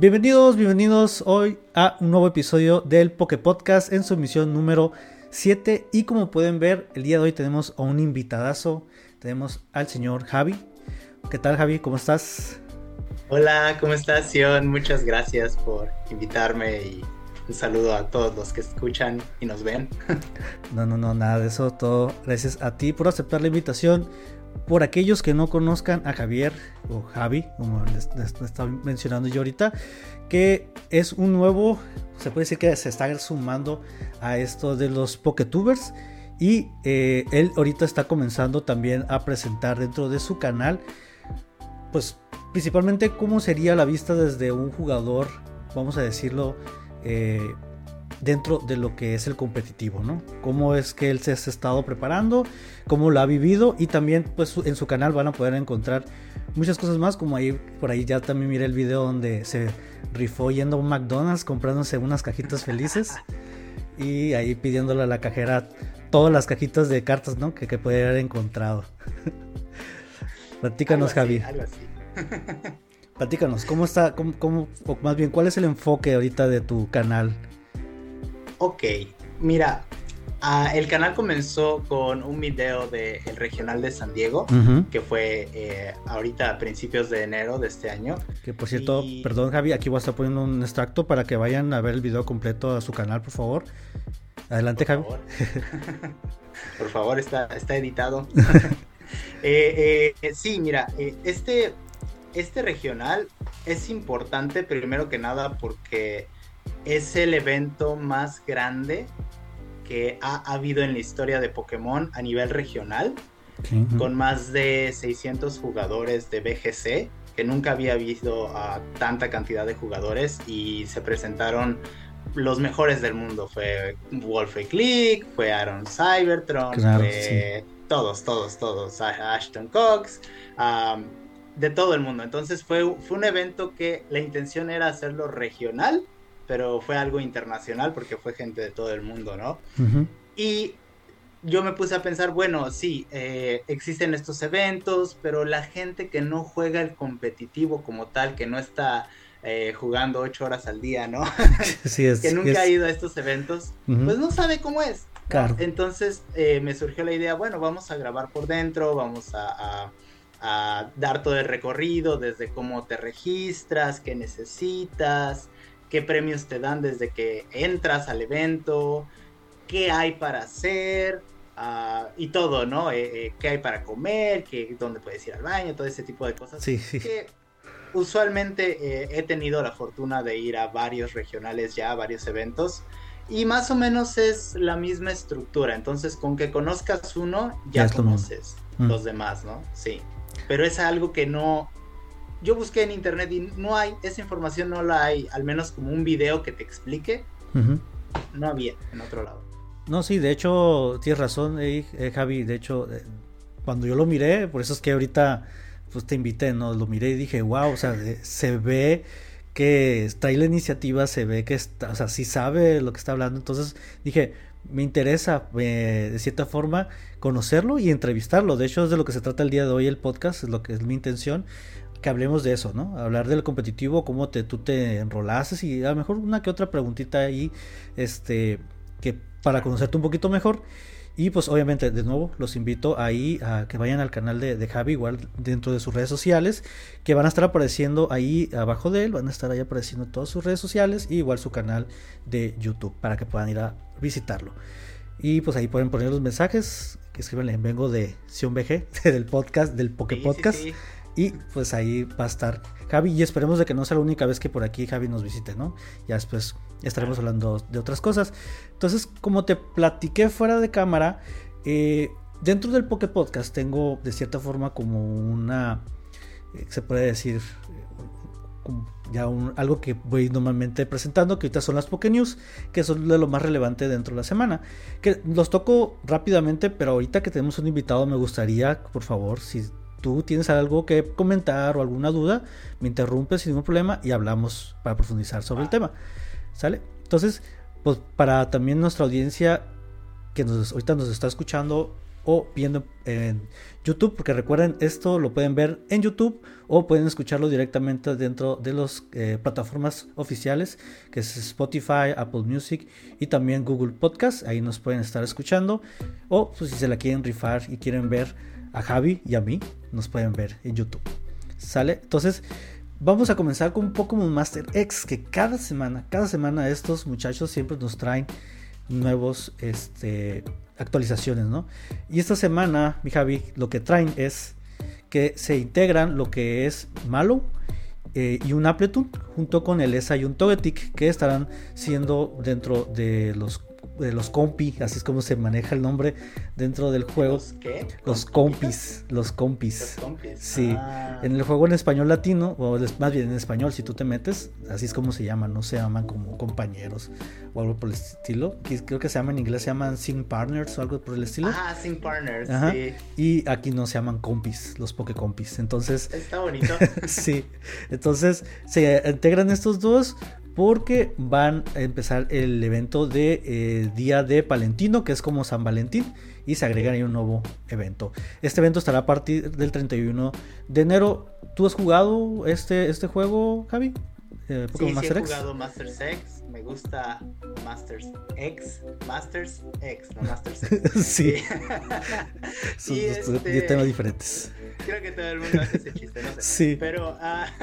Bienvenidos hoy a un nuevo episodio del Poké Podcast en su emisión número 7. Y como pueden ver, el día de hoy tenemos a un invitadazo. Tenemos al señor Javi. ¿Qué tal, Javi? ¿Cómo estás? Hola, ¿cómo estás, Sion? Muchas gracias por invitarme y un saludo a todos los que escuchan y nos ven. No, nada de eso. Todo gracias a ti por aceptar la invitación. Por aquellos que no conozcan a Javier o Javi, como les estaba mencionando yo ahorita, que es un nuevo, se puede decir que se está sumando a esto de los Poketubers, y él ahorita está comenzando también a presentar dentro de su canal, pues principalmente cómo sería la vista desde un jugador, vamos a decirlo, dentro de lo que es el competitivo, ¿no? Cómo es que él se ha estado preparando, cómo lo ha vivido, y también pues en su canal van a poder encontrar muchas cosas más, como ahí por ahí ya también miré el video donde se rifó yendo a un McDonald's comprándose unas cajitas felices y ahí pidiéndole a la cajera todas las cajitas de cartas, ¿no? que puede haber encontrado. Platícanos, Javi. Algo así. Platícanos, ¿cómo está, cómo, o más bien, cuál es el enfoque ahorita de tu canal? Ok, mira, el canal comenzó con un video del regional de San Diego, que fue ahorita a principios de enero de este año. Que por cierto, perdón, Javi, aquí voy a estar poniendo un extracto para que vayan a ver el video completo a su canal, por favor. Adelante, Javi. Por favor, está editado. Sí, mira, este regional es importante primero que nada porque es el evento más grande que ha habido en la historia de Pokémon a nivel regional, con más de 600 jugadores de BGC, que nunca había habido tanta cantidad de jugadores, y se presentaron los mejores del mundo. Fue Wolfeclick, fue Aaron Cybertron, fue todos, Ashton Cox, de todo el mundo. Entonces fue un evento que la intención era hacerlo regional, pero fue algo internacional porque fue gente de todo el mundo, ¿no? Y yo me puse a pensar, bueno, sí, existen estos eventos, pero la gente que no juega el competitivo como tal, que no está jugando 8 horas al día, ¿no? Sí, que nunca ha ido a estos eventos, pues no sabe cómo es. Claro. Entonces me surgió la idea, bueno, vamos a grabar por dentro, vamos a dar todo el recorrido, desde cómo te registras, qué necesitas, qué premios te dan desde que entras al evento, qué hay para hacer, y todo, ¿no? Qué hay para comer, dónde puedes ir al baño, todo ese tipo de cosas. Sí. Que usualmente he tenido la fortuna de ir a varios regionales ya, a varios eventos, y más o menos es la misma estructura. Entonces, con que conozcas uno, ya conoces los demás, ¿no? Sí. Pero es algo que no... Yo busqué en internet y no hay, esa información no la hay, al menos como un video que te explique, no había en otro lado. No, sí, de hecho, tienes razón, Javi, de hecho, cuando yo lo miré, por eso es que ahorita pues te invité, ¿no? Lo miré y dije, wow, o sea, se ve que trae la iniciativa, se ve que está, o sea, sí sabe lo que está hablando. Entonces dije, me interesa de cierta forma conocerlo y entrevistarlo. De hecho, es de lo que se trata el día de hoy el podcast, es lo que es mi intención, que hablemos de eso, ¿no? Hablar del competitivo, cómo tú te enrolaste, y a lo mejor una que otra preguntita ahí, que para conocerte un poquito mejor. Y pues obviamente de nuevo los invito ahí a que vayan al canal de Javi, igual dentro de sus redes sociales, que van a estar apareciendo ahí abajo de él, van a estar ahí apareciendo todas sus redes sociales, y igual su canal de YouTube, para que puedan ir a visitarlo. Y pues ahí pueden poner los mensajes, que escriban, vengo de Sion BG, del podcast, del Poké Podcast. Sí. Y pues ahí va a estar Javi, y esperemos de que no sea la única vez que por aquí Javi nos visite, ¿no? Ya después estaremos hablando de otras cosas. Entonces, como te platiqué fuera de cámara, dentro del Poké Podcast tengo de cierta forma como una, se puede decir, ya algo que voy normalmente presentando, que ahorita son las Poké News, que son de lo más relevante dentro de la semana, que los toco rápidamente, pero ahorita que tenemos un invitado me gustaría, por favor, si tú tienes algo que comentar o alguna duda, me interrumpes sin ningún problema y hablamos para profundizar sobre el tema, ¿sale? Entonces, pues para también nuestra audiencia que ahorita nos está escuchando, o viendo en YouTube, porque recuerden, esto lo pueden ver en YouTube o pueden escucharlo directamente dentro de las plataformas oficiales, que es Spotify, Apple Music y también Google Podcast. Ahí nos pueden estar escuchando, o pues, si se la quieren rifar y quieren ver a Javi y a mí, nos pueden ver en YouTube. ¿Sale? Entonces vamos a comenzar con Pokémon Master X, que cada semana estos muchachos siempre nos traen nuevos actualizaciones, ¿no? Y esta semana, mi Javi, lo que traen es que se integran lo que es Mallow y un Appletun junto con el ESA y un Togetic, que estarán siendo dentro de los compi, así es como se maneja el nombre dentro del juego. ¿Los qué? Los compis. Los compis. Sí. En el juego en español latino, o más bien en español, si tú te metes, así es como se llaman, no se llaman como compañeros o algo por el estilo. Creo que se llaman en inglés, se llaman Sync Partners o algo por el estilo. Sync Partners. Ajá. Sí. Y aquí no se llaman compis, los Pokécompis. Entonces. Está bonito. Sí. Entonces se integran estos dos, porque van a empezar el evento de Día de Palentino, que es como San Valentín, y se agrega ahí un nuevo evento. Este evento estará a partir del 31 de enero. ¿Tú has jugado este juego, Javi? Pokémon Master X. He jugado Masters X. Me gusta Masters X, no Masters X. Sí. Son dos temas diferentes. Creo que todo el mundo hace ese chiste, no sé. Sí. Pero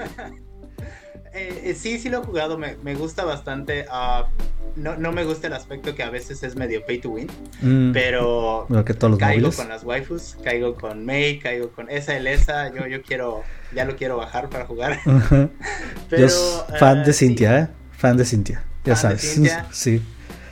sí lo he jugado, me gusta bastante. No me gusta el aspecto que a veces es medio pay to win, pero que todos los caigo móviles. Con las waifus, caigo con Mei, caigo con esa yo quiero, ya lo quiero bajar para jugar. Uh-huh. Pero, yo fan de Cintia, sí. Fan de Cintia, ya sabes. Cintia? Sí.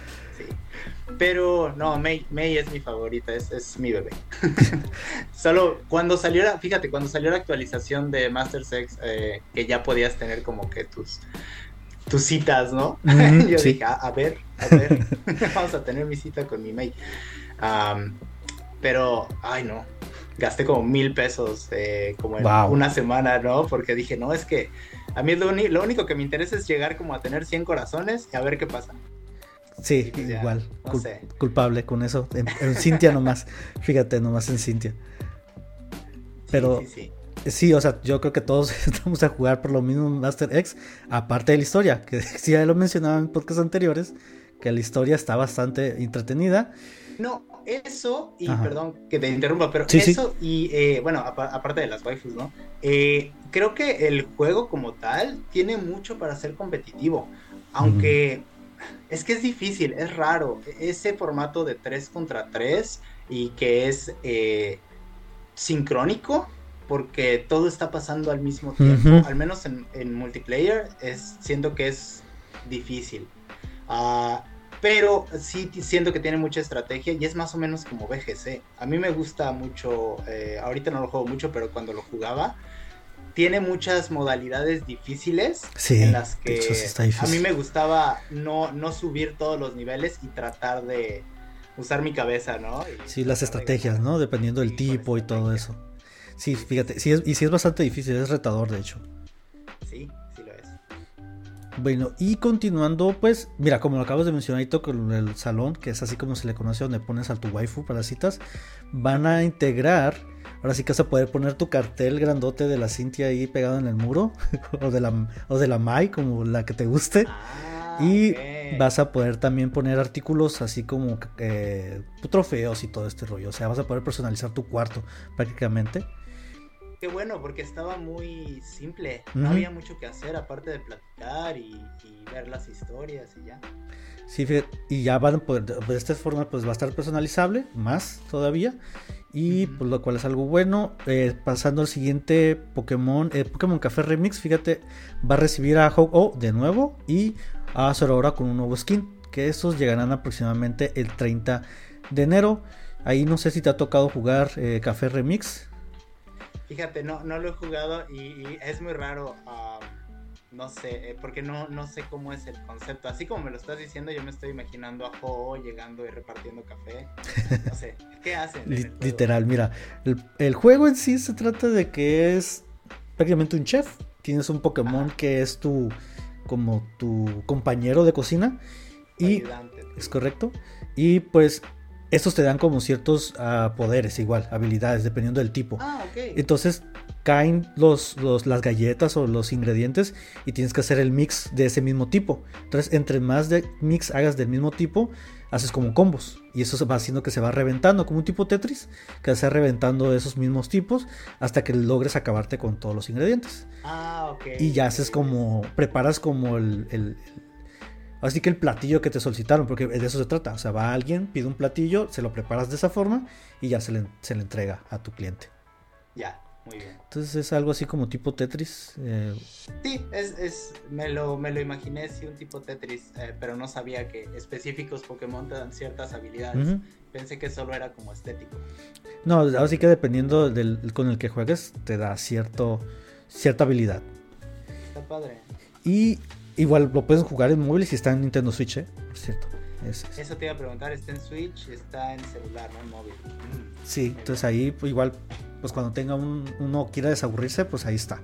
Pero no, Mei es mi favorita, es mi bebé. Solo cuando salió la actualización de Master X, que ya podías tener como que tus citas, ¿no? Yo sí. dije, a ver, vamos a tener mi cita con mi Mei. Pero, ay no, gasté como $1,000 como en una semana, ¿no? Porque dije, no, es que a mí lo único que me interesa es llegar como a tener 100 corazones y a ver qué pasa. Sí, pues igual, ya, no sé. Culpable con eso, en Cintia nomás, fíjate, nomás en Cintia. Pero sí, o sea, yo creo que todos estamos a jugar por lo mismo Master X, aparte de la historia, que sí ya lo mencionaba en podcasts anteriores, que la historia está bastante entretenida. No, eso, y perdón que te interrumpa, pero sí, eso y bueno, aparte de las waifus, ¿no? Creo que el juego como tal tiene mucho para ser competitivo, aunque... Es que es difícil, es raro. Ese formato de 3 contra 3 y que es sincrónico, porque todo está pasando al mismo tiempo. Al menos en multiplayer, siento que es difícil. Pero sí siento que tiene mucha estrategia y es más o menos como VGC. A mí me gusta mucho, ahorita no lo juego mucho, pero cuando lo jugaba, tiene muchas modalidades difíciles, sí, en las que sí a mí me gustaba no subir todos los niveles y tratar de usar mi cabeza, ¿no? Sí, las estrategias, ¿no? Dependiendo del tipo y todo eso. Sí, fíjate, sí es bastante difícil, es retador, de hecho. Sí lo es. Bueno, y continuando, pues, mira, como lo acabas de mencionar ahorita con el salón, que es así como se le conoce, donde pones a tu waifu para citas, van a integrar... Ahora sí que vas a poder poner tu cartel grandote de la Cintia ahí pegado en el muro o de la Mai, como la que te guste. Y vas a poder también poner artículos así como trofeos y todo este rollo. O sea, vas a poder personalizar tu cuarto prácticamente. Qué bueno, porque estaba muy simple. No había mucho que hacer aparte de platicar y ver las historias y ya. Sí, y ya van a poder, de esta forma pues va a estar personalizable, más todavía. Y pues lo cual es algo bueno. Pasando al siguiente Pokémon, Pokémon Café Remix, fíjate, va a recibir a Ho-Oh de nuevo y a Zeraora con un nuevo skin, que estos llegarán aproximadamente el 30 de enero. Ahí no sé si te ha tocado jugar Café Remix. Fíjate, no lo he jugado y es muy raro. No sé, porque no sé cómo es el concepto. Así como me lo estás diciendo, yo me estoy imaginando a Ho llegando y repartiendo café. No sé, ¿qué hacen? Literal, mira, el juego en sí se trata de que es prácticamente un chef. Tienes un Pokémon que es como tu compañero de cocina. Y ayudante, es correcto. Y pues estos te dan como ciertos poderes, igual, habilidades, dependiendo del tipo. Ok. Entonces caen las galletas o los ingredientes y tienes que hacer el mix de ese mismo tipo. Entonces, entre más de mix hagas del mismo tipo, haces como combos. Y eso va haciendo que se va reventando, como un tipo Tetris, que se va reventando de esos mismos tipos hasta que logres acabarte con todos los ingredientes. Ok. Y ya haces como, preparas como así que el platillo que te solicitaron, porque de eso se trata. O sea, va alguien, pide un platillo, se lo preparas de esa forma y ya se le entrega a tu cliente. Ya, muy bien. Entonces es algo así como tipo Tetris. Sí, me lo imaginé, sí, un tipo Tetris, pero no sabía que específicos Pokémon te dan ciertas habilidades. Uh-huh. Pensé que solo era como estético. No, así que dependiendo con el que juegues, te da cierta habilidad. Está padre. Y igual lo puedes jugar en móvil si está en Nintendo Switch, por cierto. Eso te iba a preguntar, ¿está en Switch? Está en celular, no en móvil. Sí, entonces ahí pues, igual, pues cuando tenga uno quiera desaburrirse, pues ahí está.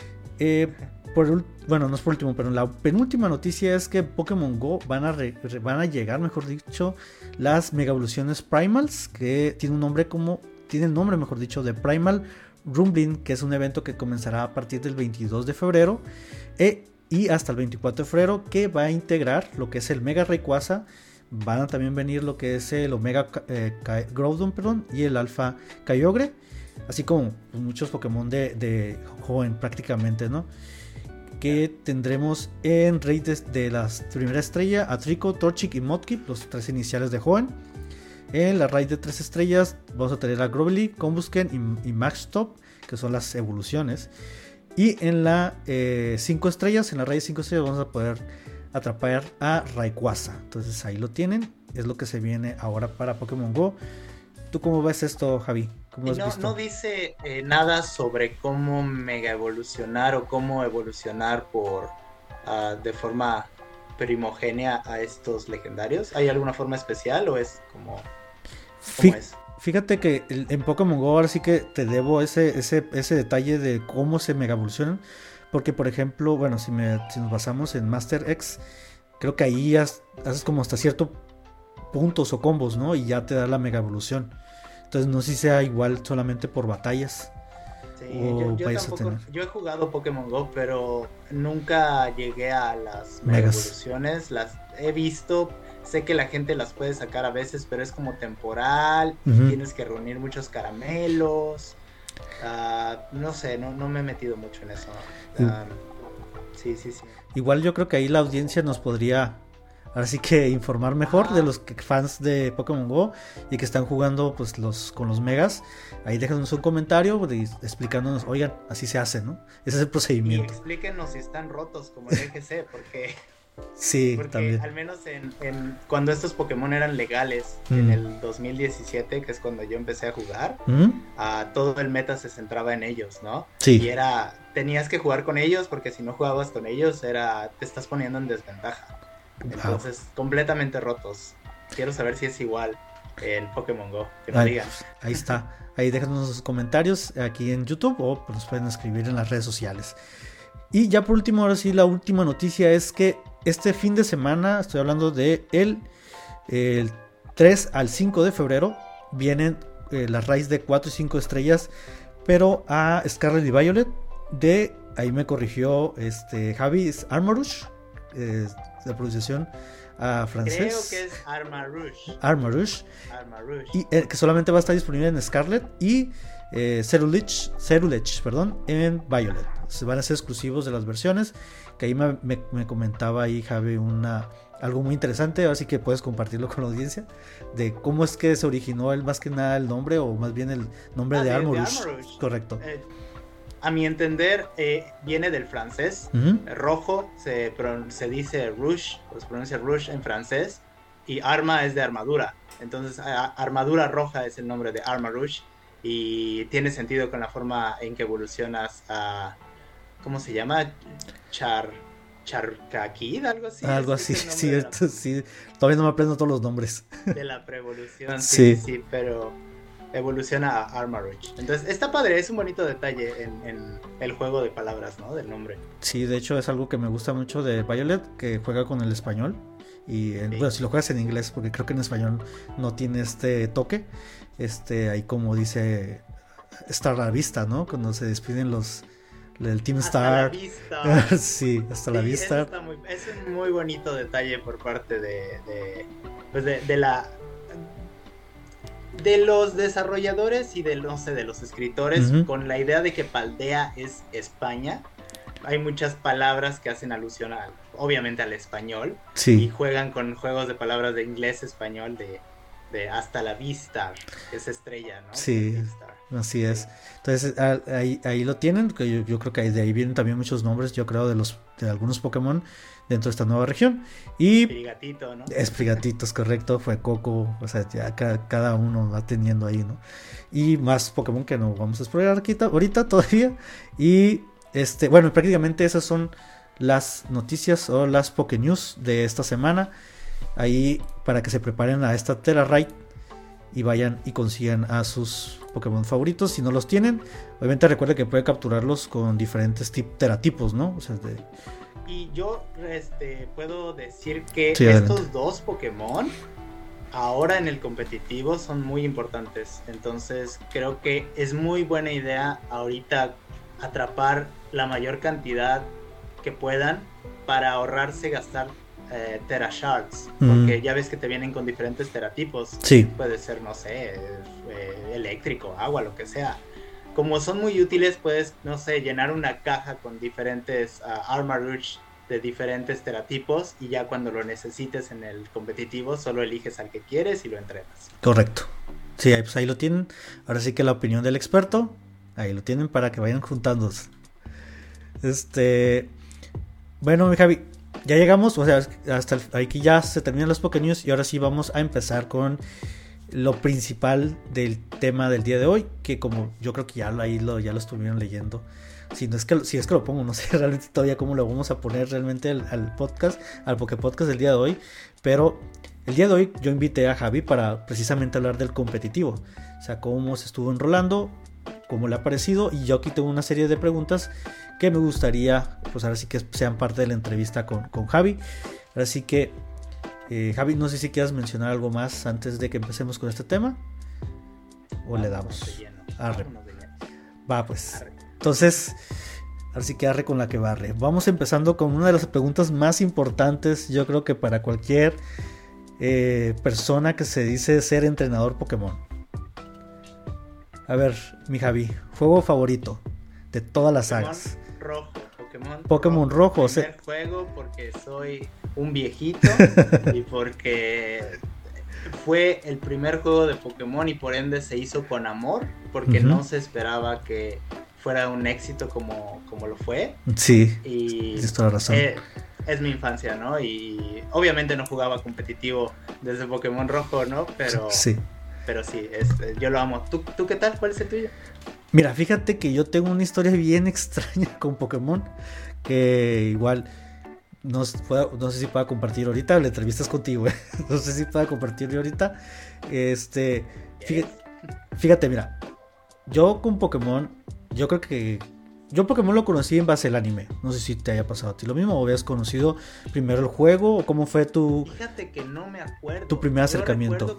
Bueno, no es por último, pero la penúltima noticia es que Pokémon Go van a llegar, mejor dicho, las Mega Evoluciones Primals, que tiene el nombre, mejor dicho, de Primal Rumbling, que es un evento que comenzará a partir del 22 de febrero y hasta el 24 de febrero, que va a integrar lo que es el Mega Rayquaza. Van a también venir lo que es el Omega Groudon, y el Alpha Kyogre, así como muchos Pokémon de joven prácticamente, ¿no? Que tendremos en raid de la primera estrella a Trico, Torchic y Mudkip, los 3 iniciales de joven. En la raid de 3 estrellas vamos a tener a Grovely, Combusken y Maxstop, que son las evoluciones. Y en la 5 estrellas, en la raid de 5 estrellas vamos a poder atrapar a Rayquaza. Entonces ahí lo tienen, es lo que se viene ahora para Pokémon Go. ¿Tú cómo ves esto, Javi? ¿Cómo has visto? No dice nada sobre cómo mega evolucionar o cómo evolucionar de forma primogénea a estos legendarios. ¿Hay alguna forma especial o es como es? Fíjate que en Pokémon Go ahora sí que te debo ese detalle de cómo se mega evolucionan. Porque, por ejemplo, bueno, si nos basamos en Master X, creo que ahí haces como hasta cierto puntos o combos, ¿no? Y ya te da la mega evolución. Entonces no sé si sea igual solamente por batallas. Sí, yo he jugado Pokémon Go, pero nunca llegué a las mega evoluciones. Las he visto, sé que la gente las puede sacar a veces, pero es como temporal. Uh-huh. Tienes que reunir muchos caramelos. No sé, no me he metido mucho en eso. Sí. Igual yo creo que ahí la audiencia nos podría ahora sí que informar mejor de los fans de Pokémon Go y que están jugando pues con los megas. Ahí déjanos un comentario explicándonos, oigan, así se hace, ¿no? Ese es el procedimiento. Y explíquenos si están rotos como el EGC, porque también. Al menos cuando estos Pokémon eran legales, en el 2017, que es cuando yo empecé a jugar, todo el meta se centraba en ellos, ¿no? Sí. Y tenías que jugar con ellos, porque si no jugabas con ellos, te estás poniendo en desventaja. Entonces, completamente rotos. Quiero saber si es igual en Pokémon Go, que me digan. Ahí está, ahí déjanos sus comentarios aquí en YouTube o nos pueden escribir en las redes sociales. Y ya por último, ahora sí, la última noticia es que este fin de semana, estoy hablando de el 3 al 5 de febrero, vienen las raids de 4 y 5 estrellas, pero a Scarlet y Violet, ahí me corrigió Javi, es Armarouge, de pronunciación francés. Creo que es Armarouge. Y que solamente va a estar disponible en Scarlet y Ceruledge, en Violet. Se van a ser exclusivos de las versiones. Que ahí me comentaba ahí Javi algo muy interesante, así que puedes compartirlo con la audiencia, de cómo es que se originó más que nada el nombre, o más bien el nombre de Armarouge. Correcto. A mi entender, viene del francés. Uh-huh. Rojo se dice rouge, o se pronuncia rouge en francés, y arma es de armadura. Entonces, armadura roja es el nombre de Armarouge, y tiene sentido con la forma en que evolucionas a... ¿Cómo se llama? Charcaquid, algo así. Algo así, sí. Todavía no me aprendo todos los nombres. De la preevolución, sí, pero evoluciona a Armarouge. Entonces, está padre, es un bonito detalle en el juego de palabras, ¿no? Del nombre. Sí, de hecho es algo que me gusta mucho de Violet, que juega con el español. Y bueno, si lo juegas en inglés, porque creo que en español no tiene este toque, ahí como dice Star a la vista, ¿no? Cuando se despiden el Team Star. Hasta la vista. Sí, hasta la vista. Es un muy bonito detalle por parte de los desarrolladores y de los escritores, con la idea de que Paldea es España. Hay muchas palabras que hacen alusión obviamente al español, sí. Y juegan con juegos de palabras de inglés-español de hasta la vista, que es estrella, ¿no? Sí, así es. Entonces ahí lo tienen, que yo creo que de ahí vienen también muchos nombres, yo creo, de algunos Pokémon dentro de esta nueva región. Y Sprigatito, ¿no? Sprigatito, es correcto, fue Coco, o sea, ya cada uno va teniendo ahí, ¿no? Y más Pokémon que no vamos a explorar ahorita todavía. Y bueno, prácticamente esas son las noticias o las Pokénews de esta semana. Ahí para que se preparen a esta Tera Raid y vayan y consigan a sus Pokémon favoritos. Si no los tienen, obviamente recuerda que puede capturarlos con diferentes teratipos, ¿no? O sea, y yo puedo decir que sí, estos dos Pokémon ahora en el competitivo son muy importantes. Entonces creo que es muy buena idea ahorita atrapar la mayor cantidad que puedan para ahorrarse gastar Tera Shards, porque ya ves que te vienen con diferentes teratipos. Sí. Puede ser, no sé, eléctrico, agua, lo que sea. Como son muy útiles, puedes, no sé, llenar una caja con diferentes Armarouge de diferentes teratipos, y ya cuando lo necesites en el competitivo solo eliges al que quieres y lo entrenas. Correcto. Sí, pues ahí lo tienen. Aquí sí que la opinión del experto, ahí lo tienen para que vayan juntándose. Bueno, mi Javi, ya llegamos, o sea, hasta aquí ya se terminan los Pokénews y ahora sí vamos a empezar con lo principal del tema del día de hoy, que como yo creo que ya lo estuvieron leyendo. Si es que lo pongo, no sé realmente todavía cómo lo vamos a poner realmente al podcast, al Poképodcast del día de hoy, pero el día de hoy yo invité a Javi para precisamente hablar del competitivo, o sea, cómo se estuvo enrolando, cómo le ha parecido, y yo aquí tengo una serie de preguntas que me gustaría, pues ahora sí que sean parte de la entrevista con Javi. Ahora sí que, Javi, no sé si quieras mencionar algo más antes de que empecemos con este tema, o le damos. Arre. Va pues. Arre. Entonces, ahora sí que arre con la que barre. Vamos empezando con una de las preguntas más importantes, yo creo que para cualquier persona que se dice ser entrenador Pokémon. A ver, mi Javi, juego favorito de todas las sagas. Pokémon rojo. Primer juego porque soy un viejito y porque fue el primer juego de Pokémon y por ende se hizo con amor, porque no se esperaba que fuera un éxito como lo fue. Sí, y tienes toda la razón. Es mi infancia, ¿no? Y obviamente no jugaba competitivo desde Pokémon rojo, ¿no? Pero sí, yo lo amo. ¿Tú qué tal? ¿Cuál es el tuyo? Mira, fíjate que yo tengo una historia bien extraña con Pokémon, que igual no sé si pueda compartir ahorita. La entrevista es contigo, no sé si pueda compartir ahorita. Fíjate, mira, yo con Pokémon, yo creo que yo Pokémon lo conocí en base al anime. No sé si te haya pasado a ti lo mismo, o habías conocido primero el juego, o cómo fue Fíjate que no me acuerdo. Tu primer acercamiento.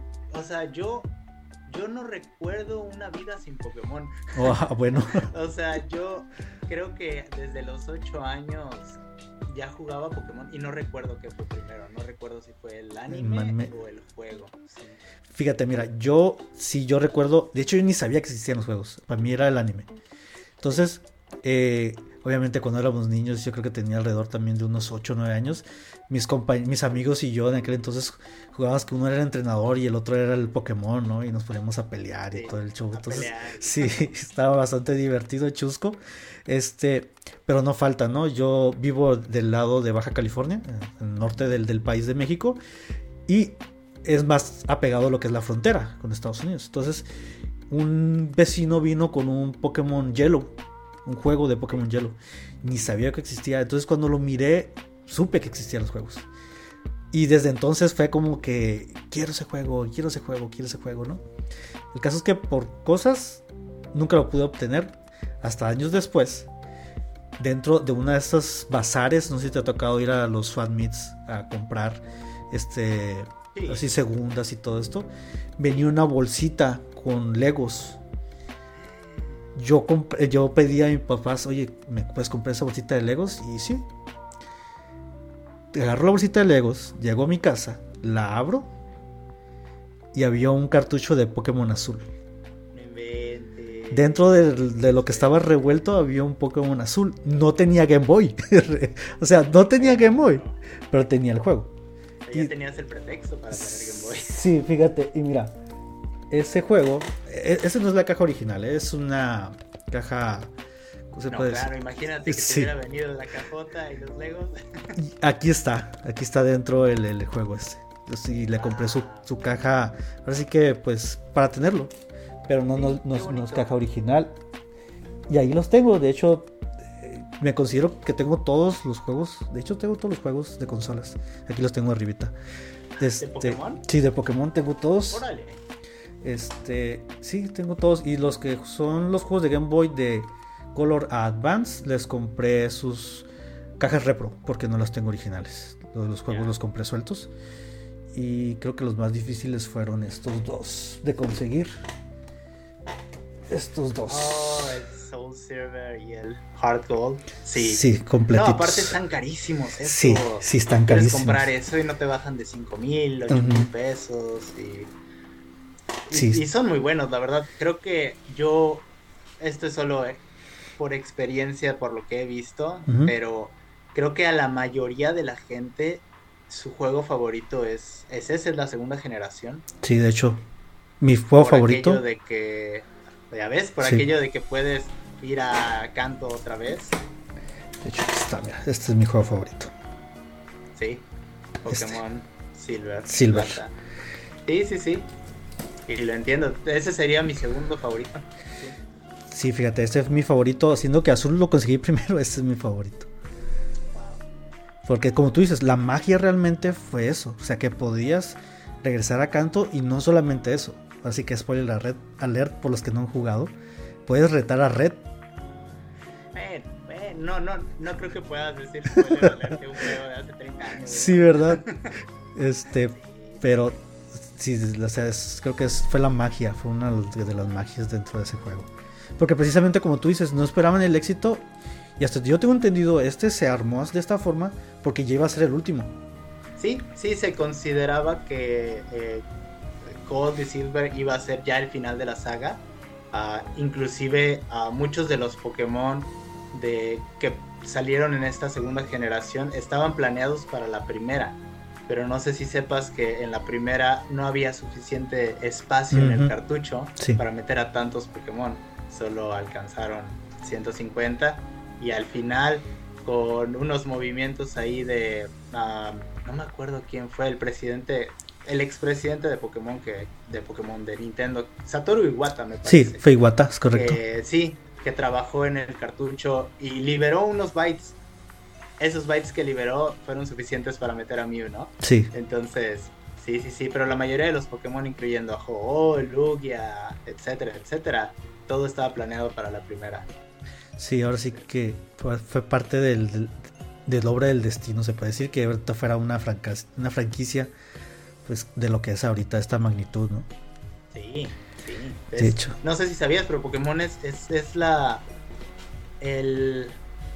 Yo no recuerdo una vida sin Pokémon. Bueno. O sea, yo creo que desde los 8 años ya jugaba Pokémon y no recuerdo qué fue primero. No recuerdo si fue el anime o el juego. Sí. Fíjate, mira, yo recuerdo. De hecho, yo ni sabía que existían los juegos. Para mí era el anime. Entonces, obviamente cuando éramos niños, yo creo que tenía alrededor también de unos 8 o 9 años. Mis amigos y yo en aquel entonces jugábamos que uno era el entrenador y el otro era el Pokémon, ¿no? Y nos poníamos a pelear y todo el show. Entonces, sí, estaba bastante divertido, chusco. Pero no falta, ¿no? Yo vivo del lado de Baja California, en el norte del país de México, y es más apegado a lo que es la frontera con Estados Unidos. Entonces, un vecino vino con un Pokémon Yellow, un juego de Pokémon Yellow. Ni sabía que existía. Entonces, cuando lo miré, supe que existían los juegos. Y desde entonces fue como que quiero ese juego, ¿no? El caso es que por cosas nunca lo pude obtener. Hasta años después dentro de una de estas bazares, no sé si te ha tocado ir a los fan meets a comprar así segundas y todo esto, venía una bolsita con Legos. Yo pedí a mis papás, oye, ¿me puedes comprar esa bolsita de Legos? Y sí, agarro la bolsita de Legos, llego a mi casa, la abro y había un cartucho de Pokémon azul. Dentro de lo que estaba revuelto había un Pokémon azul. No tenía Game Boy. O sea, no tenía Game Boy, pero tenía el juego. Ya tenías el pretexto para tener Game Boy. Sí, fíjate, y mira, ese juego, esa no es la caja original, es una caja... Claro, imagínate que te hubiera venido la cajota y los Legos. Aquí está dentro el juego este. Yo sí le compré su caja, ahora sí que pues para tenerlo, pero no es caja original. Y ahí los tengo, de hecho me considero que tengo todos los juegos, de hecho tengo todos los juegos de consolas, aquí los tengo arribita. ¿De Pokémon? Sí, de Pokémon tengo todos. Órale. Sí, tengo todos, y los que son los juegos de Game Boy de Color Advance les compré sus cajas repro porque no las tengo originales. Los juegos los compré sueltos. Y creo que los más difíciles fueron estos dos de conseguir. Estos dos. El Soul Silver y el Heart Gold. Sí, completitos. No, aparte están carísimos. Sí, están carísimos. Puedes comprar eso y no te bajan de 5,000, 8,000 pesos. Y son muy buenos, la verdad. Creo que esto es solo por experiencia, por lo que he visto, pero creo que a la mayoría de la gente su juego favorito es la segunda generación. Sí, de hecho, mi juego favorito. Aquello de que, ya ves, aquello de que puedes ir a Kanto otra vez. De hecho, mira, este es mi juego favorito. Sí, Pokémon Silver. Sí. Y lo entiendo, ese sería mi segundo favorito. Sí, fíjate, este es mi favorito, siendo que Azul lo conseguí primero, este es mi favorito. Porque como tú dices, la magia realmente fue eso. O sea, que podías regresar a Kanto y no solamente eso. Así que spoiler alert por los que no han jugado. Puedes retar a Red. No creo que puedas decir spoiler alert de un juego de hace 30 años. Sí, ¿verdad? Pero sí, o sea, creo que fue la magia. Fue una de las magias dentro de ese juego. Porque precisamente como tú dices, no esperaban el éxito. Y hasta yo tengo entendido, se armó de esta forma porque ya iba a ser el último. Sí, se consideraba que Gold y Silver iba a ser ya el final de la saga. Inclusive muchos de los Pokémon que salieron en esta segunda generación estaban planeados para la primera. Pero no sé si sepas que en la primera no había suficiente espacio en el cartucho para meter a tantos Pokémon. Solo alcanzaron 150. Y al final, con unos movimientos ahí no me acuerdo quién fue el expresidente de Pokémon de Nintendo, Satoru Iwata, me parece. Sí, fue Iwata, es correcto. Que trabajó en el cartucho y liberó unos bytes. Esos bytes que liberó fueron suficientes para meter a Mew, ¿no? Sí. Entonces, sí, pero la mayoría de los Pokémon, incluyendo a Ho-Oh, Lugia, etcétera, todo estaba planeado para la primera. Sí, ahora sí que fue parte del obra del destino, se puede decir, que ahorita fuera una franquicia pues de lo que es ahorita esta magnitud, ¿no? Sí. De hecho. No sé si sabías, pero Pokémon es el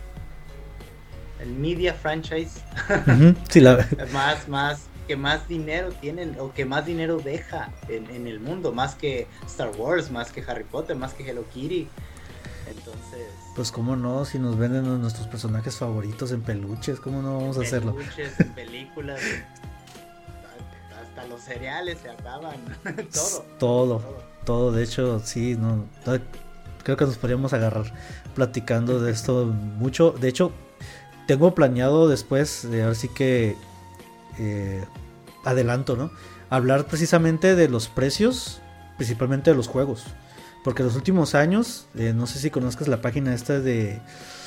media franchise sí, más dinero tienen o que más dinero deja en el mundo, más que Star Wars, más que Harry Potter, más que Hello Kitty. Entonces, pues cómo no, si nos venden nuestros personajes favoritos en peluches, cómo no vamos a hacerlo. Peluches, en películas, hasta los cereales se acaban, todo. De hecho, sí, creo que nos podríamos agarrar platicando de esto mucho. De hecho, tengo planeado después, ahora sí que adelanto, ¿no? Hablar precisamente de los precios, principalmente de los juegos. Porque en los últimos años, no sé si conozcas la página esta de...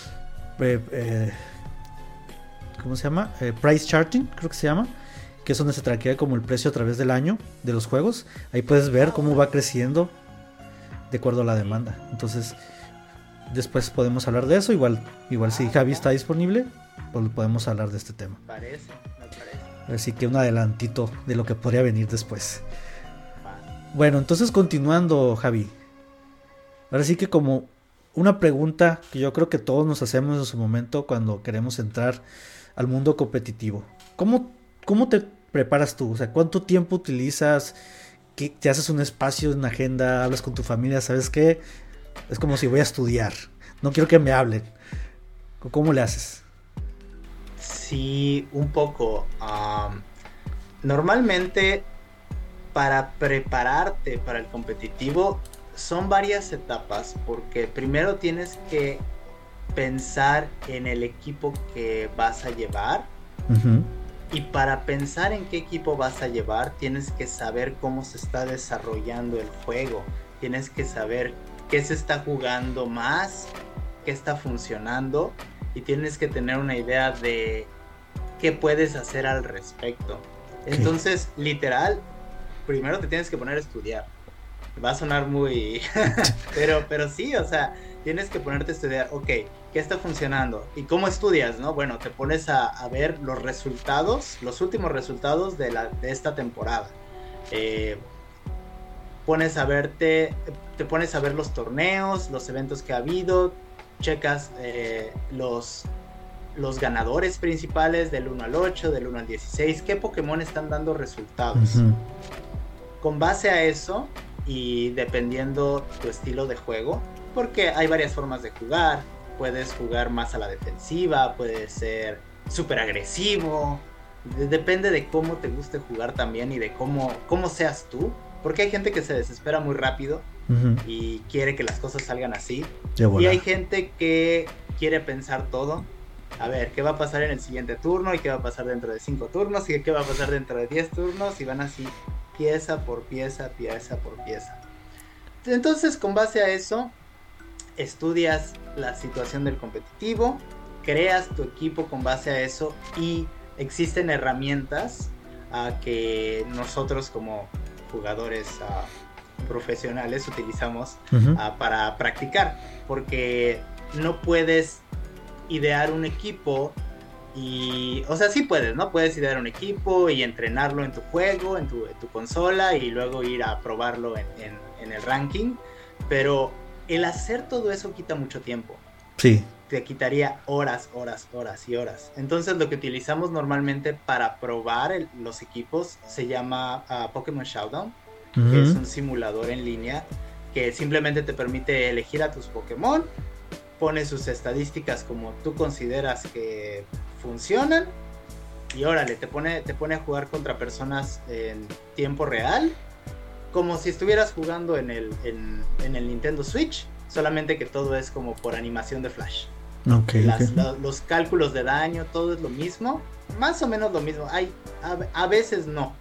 ¿cómo se llama? Price Charting, creo que se llama. Que es donde se traquea como el precio a través del año de los juegos. Ahí puedes ver cómo va creciendo de acuerdo a la demanda. Entonces, después podemos hablar de eso. Igual si Javi está disponible, pues podemos hablar de este tema. Me parece. Así que un adelantito de lo que podría venir después. Bueno, entonces continuando, Javi. Ahora sí que como una pregunta que yo creo que todos nos hacemos en su momento cuando queremos entrar al mundo competitivo. ¿Cómo te preparas tú? O sea, ¿cuánto tiempo utilizas? ¿Te haces un espacio, una agenda? ¿Hablas con tu familia? ¿Sabes qué? Es como si voy a estudiar. No quiero que me hablen. ¿Cómo le haces? Sí, un poco. Normalmente, para prepararte para el competitivo, son varias etapas, porque primero tienes que pensar en el equipo que vas a llevar. Uh-huh. Y para pensar en qué equipo vas a llevar, tienes que saber cómo se está desarrollando el juego. Tienes que saber qué se está jugando más, qué está funcionando, y tienes que tener una idea de qué puedes hacer al respecto. Entonces, literal, primero te tienes que poner a estudiar. Va a sonar muy... pero sí, o sea, tienes que ponerte a estudiar. Ok, ¿qué está funcionando? ¿Y cómo estudias, no? Bueno, te pones a ver los resultados, los últimos resultados de esta temporada. Te pones a ver los torneos, los eventos que ha habido, checas los ganadores principales del 1 al 8, del 1 al 16, qué Pokémon están dando resultados. Uh-huh. Con base a eso, y dependiendo tu estilo de juego, porque hay varias formas de jugar, puedes jugar más a la defensiva, puedes ser súper agresivo, depende de cómo te guste jugar también y de cómo seas tú, porque hay gente que se desespera muy rápido. Uh-huh. Y quiere que las cosas salgan así, y hay gente que quiere pensar todo. A ver, ¿qué va a pasar en el siguiente turno? ¿Y qué va a pasar dentro de 5 turnos? ¿Y qué va a pasar dentro de 10 turnos? Y van así, pieza por pieza. Entonces, con base a eso, estudias la situación del competitivo, creas tu equipo con base a eso, y existen herramientas que nosotros como jugadores profesionales utilizamos uh-huh. Para practicar, porque no puedes idear un equipo o sea, sí puedes, ¿no? Puedes idear un equipo y entrenarlo en tu juego, en tu consola, y luego ir a probarlo en el ranking, pero el hacer todo eso quita mucho tiempo. Sí. Te quitaría horas. Entonces, lo que utilizamos normalmente para probar los equipos se llama Pokémon Showdown, uh-huh. que es un simulador en línea que simplemente te permite elegir a tus Pokémon, pones sus estadísticas como tú consideras que funcionan, y órale, te pone a jugar contra personas en tiempo real, como si estuvieras jugando en el Nintendo Switch, solamente que todo es como por animación de flash. Okay. Los cálculos de daño, todo es lo mismo, más o menos lo mismo. A veces no,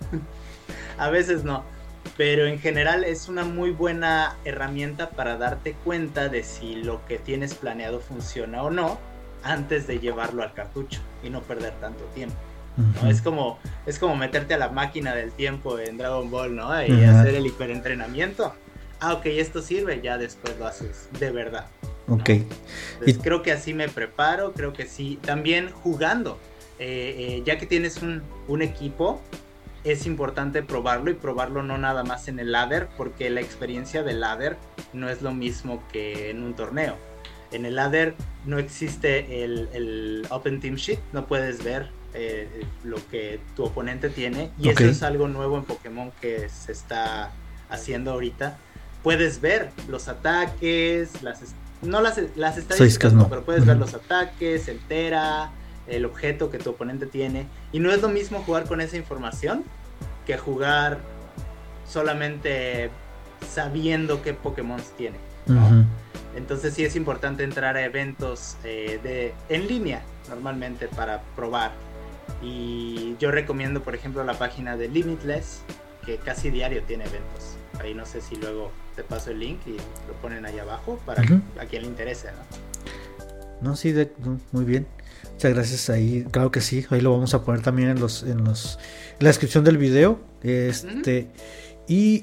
pero en general es una muy buena herramienta para darte cuenta de si lo que tienes planeado funciona o no, antes de llevarlo al cartucho y no perder tanto tiempo, ¿no? Uh-huh. Es como meterte a la máquina del tiempo en Dragon Ball, ¿no? Y uh-huh. hacer el hiperentrenamiento. Ok, esto sirve, ya después lo haces de verdad, ¿no? Ok. Entonces, creo que así me preparo, creo que sí. También jugando, ya que tienes un equipo, es importante probarlo, y probarlo no nada más en el ladder, porque la experiencia del ladder no es lo mismo que en un torneo. En el ladder no existe el Open Team Sheet, no puedes ver lo que tu oponente tiene, y okay. Eso es algo nuevo en Pokémon que se está haciendo ahorita. Puedes ver los ataques, las estadísticas no, pero puedes uh-huh. ver los ataques, el Tera, el objeto que tu oponente tiene, y no es lo mismo jugar con esa información que jugar solamente sabiendo qué Pokémon tiene, ¿no? Uh-huh. Entonces sí es importante entrar a eventos en línea normalmente para probar, y yo recomiendo por ejemplo la página de Limitless, que casi diario tiene eventos. Ahí no sé si luego te paso el link y lo ponen ahí abajo para uh-huh. a quien le interese, ¿no? No, sí, muy bien. Muchas gracias ahí, claro que sí, ahí lo vamos a poner también en la descripción del video. Uh-huh. Y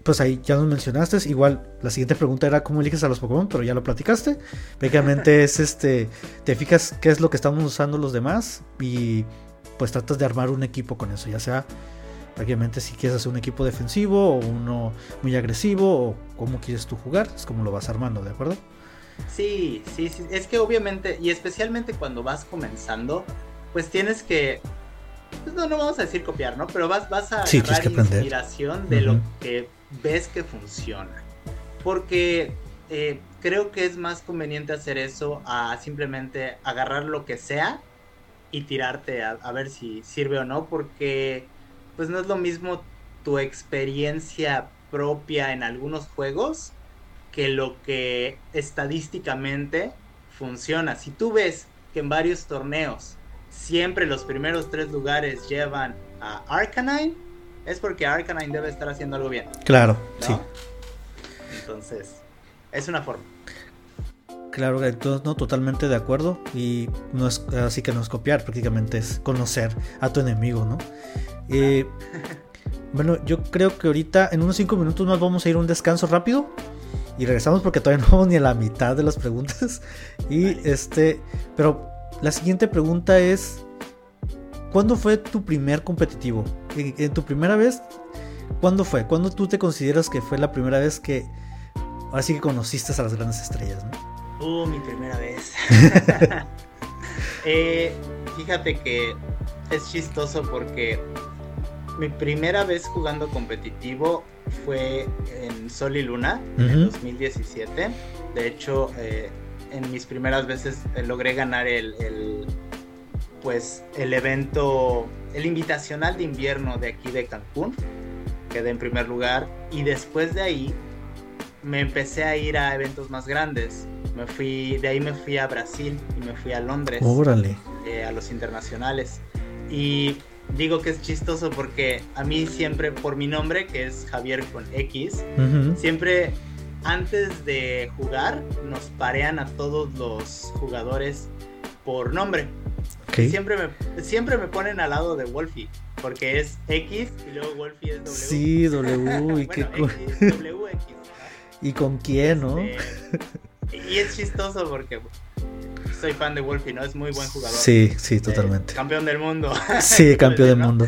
pues ahí ya nos mencionaste. Igual la siguiente pregunta era cómo eliges a los Pokémon, pero ya lo platicaste. Prácticamente es te fijas qué es lo que estamos usando los demás y pues tratas de armar un equipo con eso, ya sea prácticamente si quieres hacer un equipo defensivo o uno muy agresivo o cómo quieres tú jugar, es como lo vas armando, ¿de acuerdo? Sí, es que obviamente, y especialmente cuando vas comenzando, pues tienes que, pues no vamos a decir copiar, ¿no? Pero vas a agarrar inspiración de lo que ves que funciona. Porque creo que es más conveniente hacer eso a simplemente agarrar lo que sea y tirarte a ver si sirve o no, porque pues no es lo mismo tu experiencia propia en algunos juegos que lo que estadísticamente funciona. Si tú ves que en varios torneos siempre los primeros 3 lugares llevan a Arcanine, es porque Arcanine debe estar haciendo algo bien. Claro, ¿no? sí. Entonces, es una forma. Claro, entonces no, totalmente de acuerdo. Y no es así que no es copiar, prácticamente es conocer a tu enemigo, ¿no? Bueno, yo creo que ahorita en unos 5 minutos más vamos a ir a un descanso rápido y regresamos porque todavía no vamos ni a la mitad de las preguntas. Y pero la siguiente pregunta es: ¿cuándo fue tu primer competitivo? En tu primera vez, ¿cuándo fue? ¿Cuándo tú te consideras que fue la primera vez que ahora sí que conociste a las grandes estrellas, ¿no? Mi primera vez. Fíjate que es chistoso porque mi primera vez jugando competitivo fue en Sol y Luna, en el 2017. De hecho, en mis primeras veces logré ganar el evento, el invitacional de invierno de aquí de Cancún. Quedé en primer lugar y después de ahí me empecé a ir a eventos más grandes. De ahí me fui a Brasil y me fui a Londres. ¡Órale! A los internacionales. Y digo que es chistoso porque a mí siempre, por mi nombre, que es Javier con X, siempre antes de jugar nos parean a todos los jugadores por nombre. Okay. Siempre me ponen al lado de Wolfie, porque es X y luego Wolfie es W. Sí, W. Y bueno, X, W, X. ¿Y con quién, no? Y es chistoso porque soy fan de Wolfie, ¿no? Es muy buen jugador. Sí, totalmente. Campeón del mundo. Sí, campeón del mundo.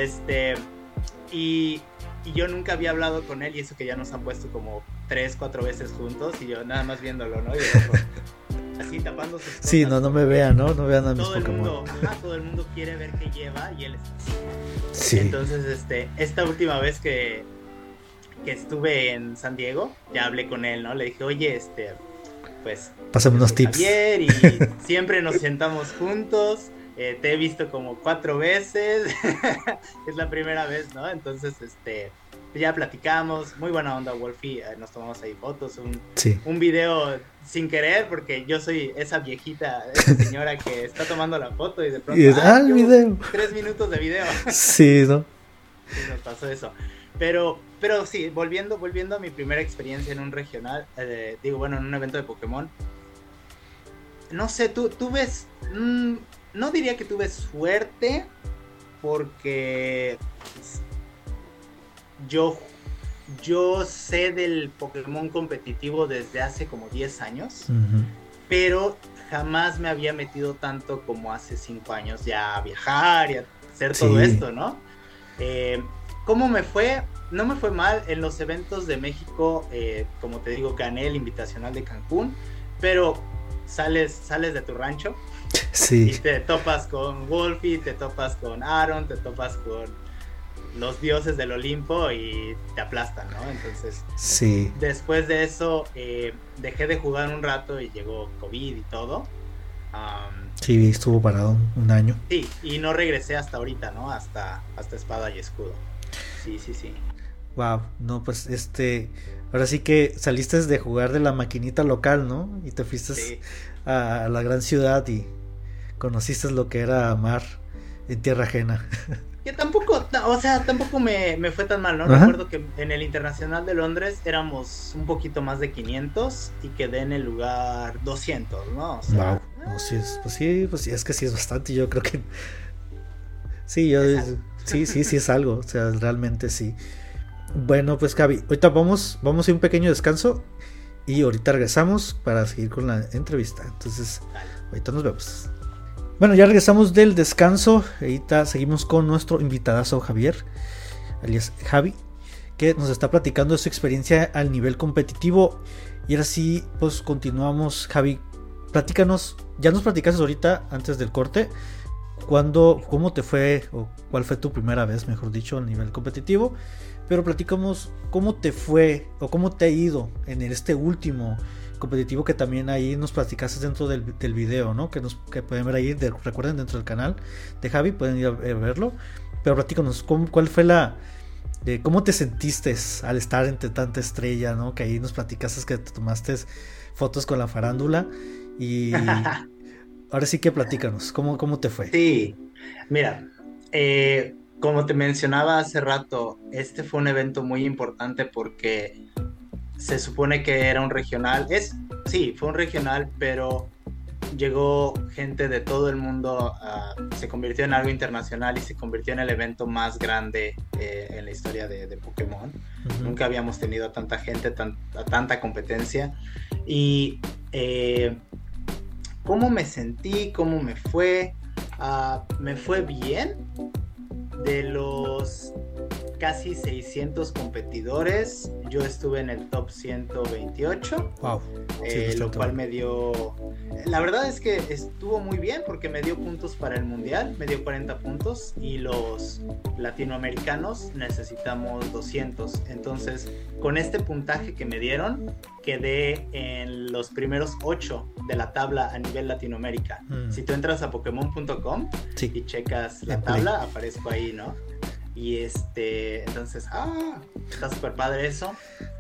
Y yo nunca había hablado con él y eso que ya nos han puesto como 3-4 veces juntos y yo nada más viéndolo, ¿no? Y yo, así tapando sus cosas. Sí, no me vean, ¿no? No vean a mis Pokémon. Todo el mundo quiere ver qué lleva y él es así. Sí. Entonces, esta última vez que estuve en San Diego, ya hablé con él, ¿no? Le dije, oye, pues... pásame unos tips. Javier, y siempre nos sentamos juntos, te he visto como 4 veces, es la primera vez, ¿no? Entonces, ya platicamos, muy buena onda Wolfie, nos tomamos ahí fotos, un video sin querer, porque yo soy esa viejita, esa señora que está tomando la foto y de pronto, el video. 3 minutos de video. Sí, ¿no? Sí, nos pasó eso. Pero sí, volviendo a mi primera experiencia en un regional, en un evento de Pokémon. No sé, tú ves, no diría que tuve suerte, porque yo sé del Pokémon competitivo desde hace como 10 años, pero jamás me había metido tanto como hace 5 años ya a viajar y a hacer todo esto, ¿no? ¿Cómo me fue? No me fue mal en los eventos de México, como te digo, gané el invitacional de Cancún, pero sales de tu rancho y te topas con Wolfie, te topas con Aaron, te topas con los dioses del Olimpo y te aplastan, ¿no? Entonces, después de eso dejé de jugar un rato y llegó COVID y todo. Sí, estuvo parado un año. Sí, y no regresé hasta ahorita, ¿no? Hasta Espada y Escudo. Sí. Wow, no, pues ahora sí que saliste de jugar de la maquinita local, ¿no? Y te fuiste a la gran ciudad y conociste lo que era amar en tierra ajena. Que tampoco me fue tan mal, ¿no? Recuerdo que en el Internacional de Londres éramos un poquito más de 500 y quedé en el lugar 200, ¿no? O sea, wow. No, pues sí, es que sí es bastante, yo creo que... Sí, sí es algo, o sea, realmente sí. Bueno, pues Javi, ahorita vamos a ir a un pequeño descanso y ahorita regresamos para seguir con la entrevista. Entonces, ahorita nos vemos. Bueno, ya regresamos del descanso. Ahorita seguimos con nuestro invitadazo Javier, alias Javi, que nos está platicando de su experiencia al nivel competitivo. Y ahora sí, pues continuamos. Javi, platícanos. Ya nos platicaste ahorita, antes del corte, cómo te fue, o cuál fue tu primera vez, mejor dicho, al nivel competitivo. Pero platicamos cómo te fue, o cómo te ha ido en este último competitivo, que también ahí nos platicaste dentro del video, ¿no? Que pueden ver ahí, recuerden, dentro del canal de Javi, pueden ir a verlo. Pero platícanos, cuál fue cómo te sentiste al estar entre tanta estrella, ¿no? Que ahí nos platicaste que te tomaste fotos con la farándula. Y ahora sí que platícanos, ¿cómo te fue? Sí, mira, como te mencionaba hace rato, este fue un evento muy importante porque se supone que era un regional. Sí, fue un regional, pero llegó gente de todo el mundo, se convirtió en algo internacional y se convirtió en el evento más grande en la historia de Pokémon. Uh-huh. Nunca habíamos tenido a tanta gente, a tanta competencia. Y ¿cómo me sentí? ¿Cómo me fue? Me fue bien. De los casi 600 competidores, yo estuve en el top 128. Wow. Lo cual me dio... La verdad es que estuvo muy bien porque me dio puntos para el mundial, me dio 40 puntos y los latinoamericanos necesitamos 200. Entonces, con este puntaje que me dieron, quedé en los primeros 8 de la tabla a nivel Latinoamérica. Si tú entras a Pokémon.com y checas la tabla, aparezco ahí, ¿no? Y entonces, está súper padre eso.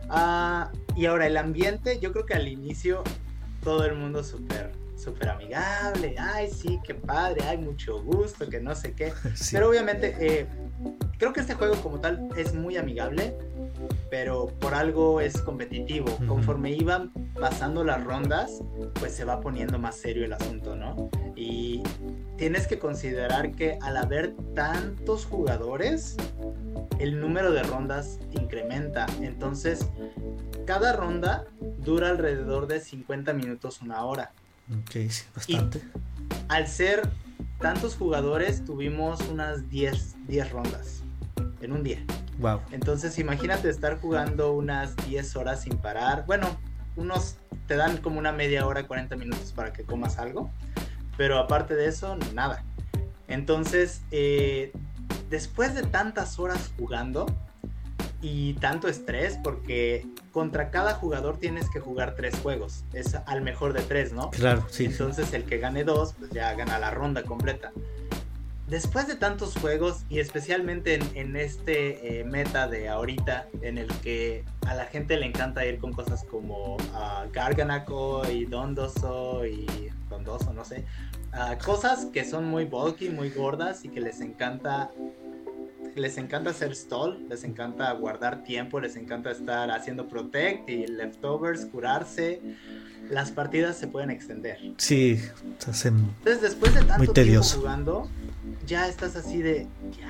Y ahora el ambiente, yo creo que al inicio todo el mundo súper amigable. Ay, sí, qué padre, hay mucho gusto, que no sé qué. Sí. Pero obviamente, creo que este juego como tal es muy amigable, pero por algo es competitivo. Uh-huh. Conforme iban pasando las rondas, pues se va poniendo más serio el asunto, ¿no? Y tienes que considerar que al haber tantos jugadores, el número de rondas incrementa. Entonces, cada ronda dura alrededor de 50 minutos, una hora. Ok, sí, bastante. Y al ser tantos jugadores, tuvimos unas 10 rondas en un día. Wow. Entonces, imagínate estar jugando unas 10 horas sin parar. Bueno, te dan como una media hora, 40 minutos para que comas algo. Pero aparte de eso, nada. Entonces, después de tantas horas jugando y tanto estrés, porque contra cada jugador tienes que jugar 3 juegos, es al mejor de 3, ¿no? Claro, sí. Entonces el que gane 2, pues ya gana la ronda completa. Después de tantos juegos, y especialmente en este meta de ahorita, en el que a la gente le encanta ir con cosas como Garganacl y Dondozo, no sé, cosas que son muy bulky, muy gordas y que les encanta hacer stall, les encanta guardar tiempo, les encanta estar haciendo protect y leftovers, curarse. Las partidas se pueden extender. Sí, se hacen. Entonces, después de tanto tiempo jugando, ya estás así de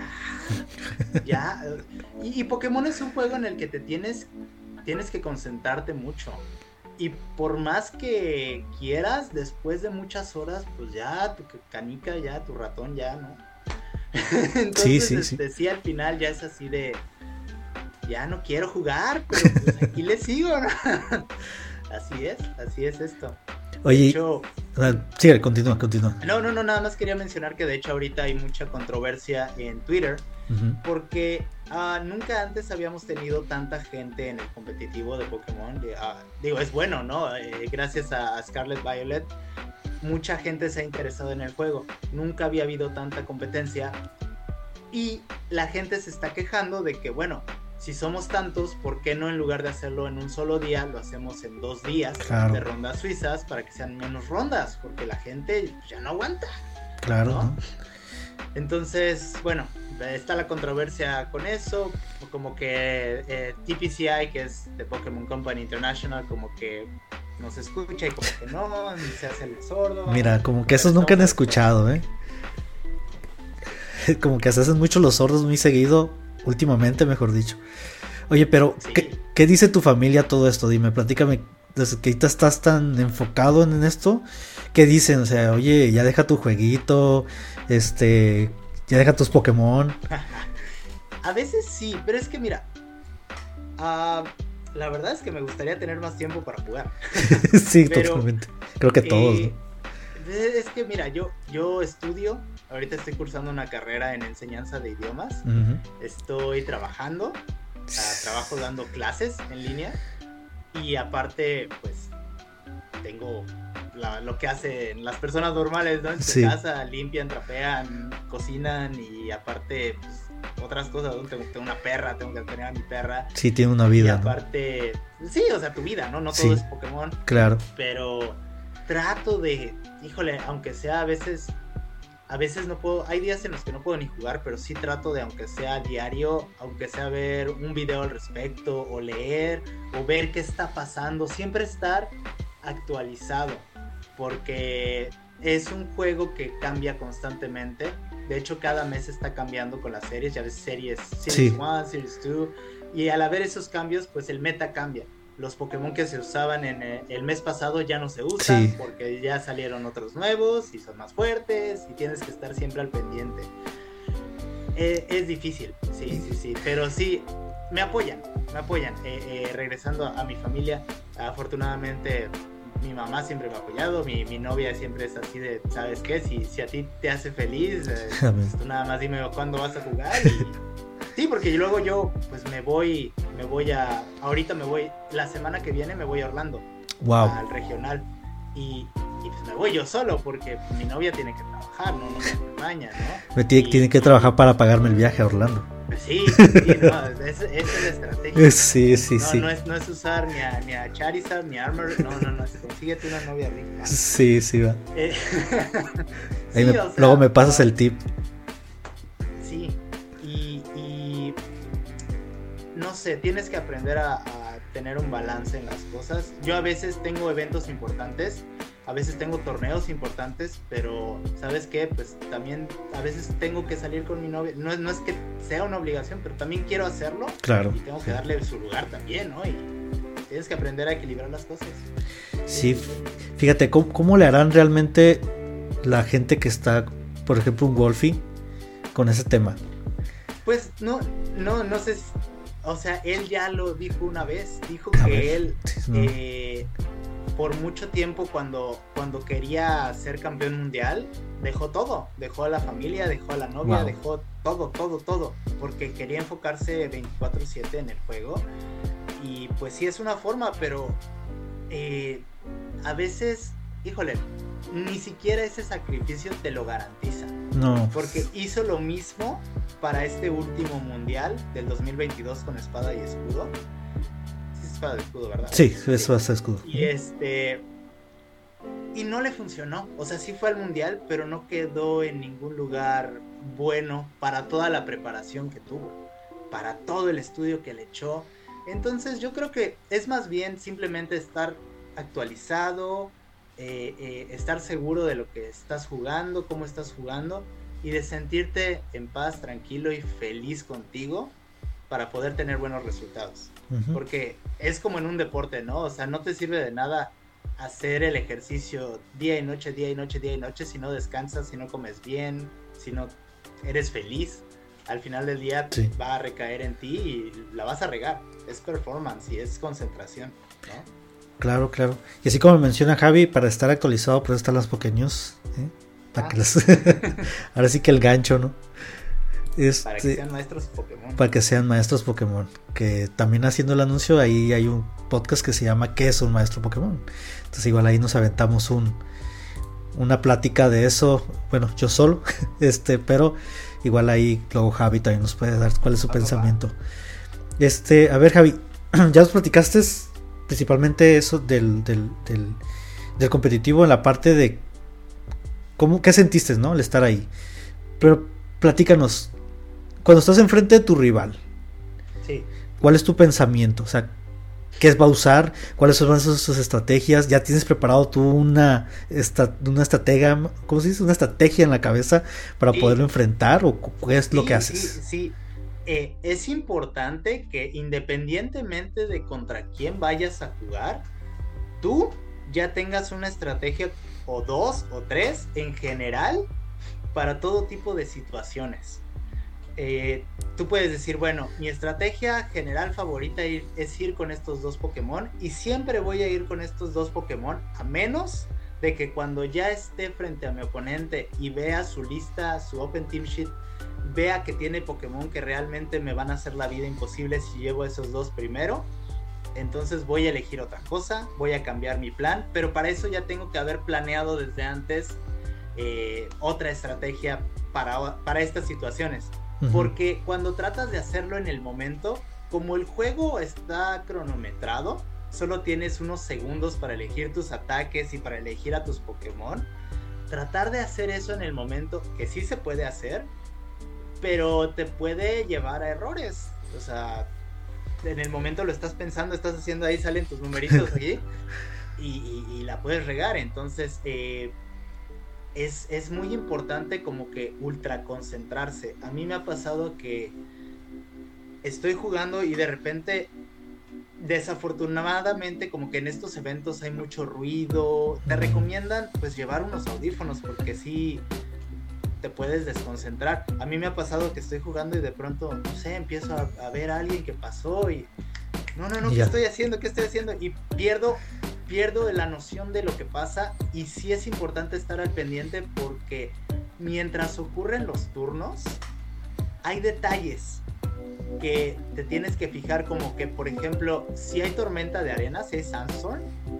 ya. Y Pokémon es un juego en el que tienes que concentrarte mucho. Y por más que quieras, después de muchas horas, pues ya tu canica, ya tu ratón, ya, ¿no? Entonces, sí, al final ya es así de, ya no quiero jugar, pero pues aquí le sigo, ¿no? Así es esto. Oye, de hecho, sí, continúa. No, nada más quería mencionar que de hecho ahorita hay mucha controversia en Twitter, uh-huh, porque nunca antes habíamos tenido tanta gente en el competitivo de Pokémon. Digo, es bueno, ¿no? Gracias a Scarlet Violet, mucha gente se ha interesado en el juego. Nunca había habido tanta competencia y la gente se está quejando de que, bueno, si somos tantos, ¿por qué no en lugar de hacerlo en un solo día, lo hacemos en 2 días, claro, de rondas suizas, para que sean menos rondas? Porque la gente ya no aguanta. Claro, ¿no? Entonces, bueno, está la controversia con eso, como que TPCI, que es The Pokémon Company International, como que nos escucha y como que no, se hace el sordo. Mira, como que esos nunca han escuchado, Como que se hacen mucho los sordos muy seguido, últimamente, mejor dicho. Oye, pero Sí. ¿qué dice tu familia todo esto? Dime, platícame, desde que ahorita estás tan enfocado en esto, ¿qué dicen? O sea, oye, ya deja tu jueguito, ya deja tus Pokémon. A veces sí, pero es que mira, ah, la verdad es que me gustaría tener más tiempo para jugar. Sí, Pero totalmente. Creo que todos, ¿no? es que mira, yo estudio, ahorita estoy cursando una carrera en enseñanza de idiomas, Ujú. estoy trabajando, trabajo dando clases en línea y aparte pues tengo lo que hacen las personas normales, ¿no? En su Sí, casa, limpian, trapean, cocinan y aparte pues, otras cosas, ¿no? Tengo una perra, tengo que tener a mi perra sí tiene una y vida, ¿no? aparte, sí, o sea, tu vida, ¿no? No todo Sí, es Pokémon, claro. pero trato de, híjole, aunque sea a veces no puedo, hay días en los que no puedo ni jugar, pero sí trato de, aunque sea diario, aunque sea ver un video al respecto, o leer, o ver qué está pasando, siempre estar actualizado, porque es un juego que cambia constantemente. De hecho, cada mes está cambiando con las series, ya ves Series Sí, 1, Series 2, y al haber esos cambios, pues el meta cambia. Los Pokémon que se usaban en el mes pasado ya no se usan sí. porque ya salieron otros nuevos y son más fuertes y tienes que estar siempre al pendiente. Es difícil, sí, pero sí, me apoyan. Regresando a mi familia, afortunadamente mi mamá siempre me ha apoyado, mi novia siempre es así de, ¿sabes qué? Si a ti te hace feliz, pues tú nada más dime cuándo vas a jugar y... Sí, porque luego yo pues ahorita me voy, la semana que viene me voy a Orlando, Wow. al regional, y pues me voy yo solo porque mi novia tiene que trabajar, no me acompaña, ¿no? Tiene que trabajar para pagarme el viaje a Orlando. Pues sí, no, esa es la estrategia. Sí, sí, No, sí. no es usar ni a Charizard, ni Armor, no, consíguete una novia rica. Sí, sí, va. Sí, o sea, Luego me pasas el tip. Sí, y no sé, tienes que aprender a tener un balance en las cosas. Yo a veces tengo eventos importantes, a veces tengo torneos importantes, pero ¿sabes qué? Pues también a veces tengo que salir con mi novia. No es que sea una obligación, pero también quiero hacerlo. Claro. Y tengo que darle su lugar también, ¿no? Y tienes que aprender a equilibrar las cosas. Sí, fíjate, ¿cómo le harán realmente la gente que está, por ejemplo, un Wolfie con ese tema? Pues no sé si, o sea, él ya lo dijo una vez, dijo A que ver, él no. por mucho tiempo cuando quería ser campeón mundial, dejó todo, dejó a la familia, dejó a la novia, Wow. dejó todo, porque quería enfocarse 24/7 en el juego. Y pues sí es una forma, pero a veces, híjole, ni siquiera ese sacrificio te lo garantiza. No. Porque hizo lo mismo para este último mundial del 2022 con Espada y Escudo. Sí, es Espada y Escudo, ¿verdad? Sí, eso es escudo. Y no le funcionó. O sea, sí fue al mundial, pero no quedó en ningún lugar bueno para toda la preparación que tuvo, para todo el estudio que le echó. Entonces yo creo que es más bien simplemente estar actualizado, estar seguro de lo que estás jugando, cómo estás jugando, y de sentirte en paz, tranquilo y feliz contigo para poder tener buenos resultados. Uh-huh. Porque es como en un deporte, ¿no? O sea, no te sirve de nada hacer el ejercicio día y noche si no descansas, si no comes bien, si no eres feliz. Al final del día sí, va a recaer en ti y la vas a regar. Es performance y es concentración, ¿no? Claro. Y así como menciona Javi, para estar actualizado, pues están las Pokénews, para que ahora sí que el gancho, ¿no? Para que sean maestros Pokémon. Para que sean maestros Pokémon. Que también haciendo el anuncio, ahí hay un podcast que se llama ¿Qué es un maestro Pokémon? Entonces igual ahí nos aventamos una plática de eso. Bueno, yo solo, pero igual ahí luego Javi también nos puede dar cuál es su pensamiento. A ver, Javi, ya nos platicaste principalmente eso del competitivo en la parte de qué sentiste, ¿no? El estar ahí. Pero platícanos, cuando estás enfrente de tu rival, sí, ¿cuál es tu pensamiento? O sea, ¿qué va a usar? ¿Cuáles son sus estrategias? ¿Ya tienes preparado tú una estratega, ¿cómo se dice? ¿Una estrategia en la cabeza para poderlo enfrentar? ¿O qué es lo que haces? Sí. Es importante que independientemente de contra quién vayas a jugar, tú ya tengas una estrategia o dos o tres en general para todo tipo de situaciones. Tú puedes decir, bueno, mi estrategia general favorita es ir con estos dos Pokémon y siempre voy a ir con estos dos Pokémon, a menos de que cuando ya esté frente a mi oponente y vea su lista, su Open Team Sheet, vea que tiene Pokémon que realmente me van a hacer la vida imposible si llevo esos dos primero, entonces voy a elegir otra cosa, voy a cambiar mi plan, pero para eso ya tengo que haber planeado desde antes otra estrategia para estas situaciones. Porque cuando tratas de hacerlo en el momento, como el juego está cronometrado, solo tienes unos segundos para elegir tus ataques y para elegir a tus Pokémon. Tratar de hacer eso en el momento, que sí se puede hacer, pero te puede llevar a errores. O sea, en el momento lo estás pensando, estás haciendo ahí, salen tus numeritos aquí y la puedes regar. Entonces es muy importante como que ultra concentrarse. A mí me ha pasado que estoy jugando y de repente, desafortunadamente, como que en estos eventos hay mucho ruido. Te recomiendan pues llevar unos audífonos porque sí te puedes desconcentrar. A mí me ha pasado que estoy jugando y de pronto, no sé, empiezo a ver a alguien que pasó y no, ¿qué estoy haciendo? Y pierdo la noción de lo que pasa. Y sí es importante estar al pendiente porque mientras ocurren los turnos hay detalles que te tienes que fijar, como que por ejemplo, si hay tormenta de arena, si hay Sandstorm,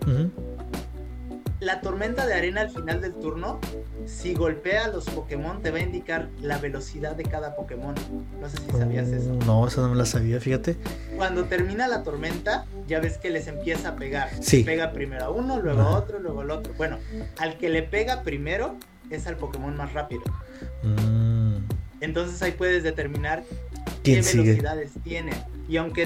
la tormenta de arena al final del turno, si golpea a los Pokémon te va a indicar la velocidad de cada Pokémon. No sé si sabías eso. No, eso no me la sabía, fíjate. Cuando termina la tormenta, ya ves que les empieza a pegar. Sí. Pega primero a uno, luego a otro, luego al otro. Bueno, al que le pega primero es al Pokémon más rápido. Entonces ahí puedes determinar qué velocidades tiene. Y aunque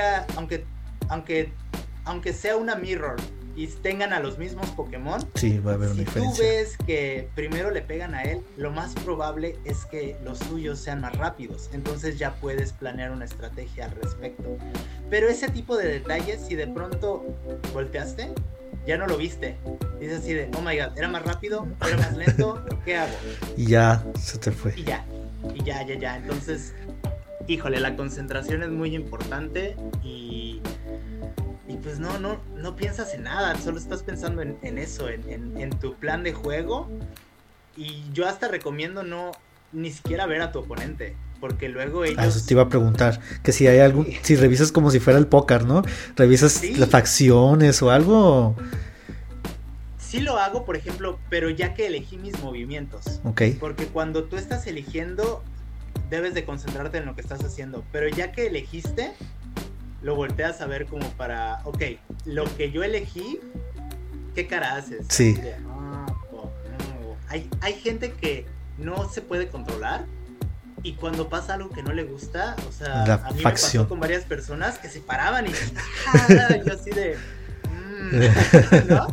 sea una Mirror y tengan a los mismos Pokémon, sí, va a haber una diferencia. Si tú ves que primero le pegan a él, lo más probable es que los suyos sean más rápidos. Entonces ya puedes planear una estrategia al respecto. Pero ese tipo de detalles, si de pronto volteaste, ya no lo viste. Dices así de, oh my god, era más rápido, era más lento, ¿qué hago? Y ya se te fue. Y ya. Entonces, híjole, la concentración es muy importante y pues no piensas en nada, solo estás pensando en eso, en tu plan de juego. Y yo hasta recomiendo ni siquiera ver a tu oponente, porque luego ellos... Eso te iba a preguntar, que si hay algún, si revisas como si fuera el póker, ¿no? Revisas las facciones o algo. Sí lo hago, por ejemplo, pero ya que elegí mis movimientos. Okay. Porque cuando tú estás eligiendo, debes de concentrarte en lo que estás haciendo, pero ya que elegiste, lo volteas a ver como para, ok, lo que yo elegí, ¿qué cara haces? Sí. Hay gente que no se puede controlar y cuando pasa algo que no le gusta, o sea, a mí me pasó con varias personas que se paraban y yo así de... ¿no?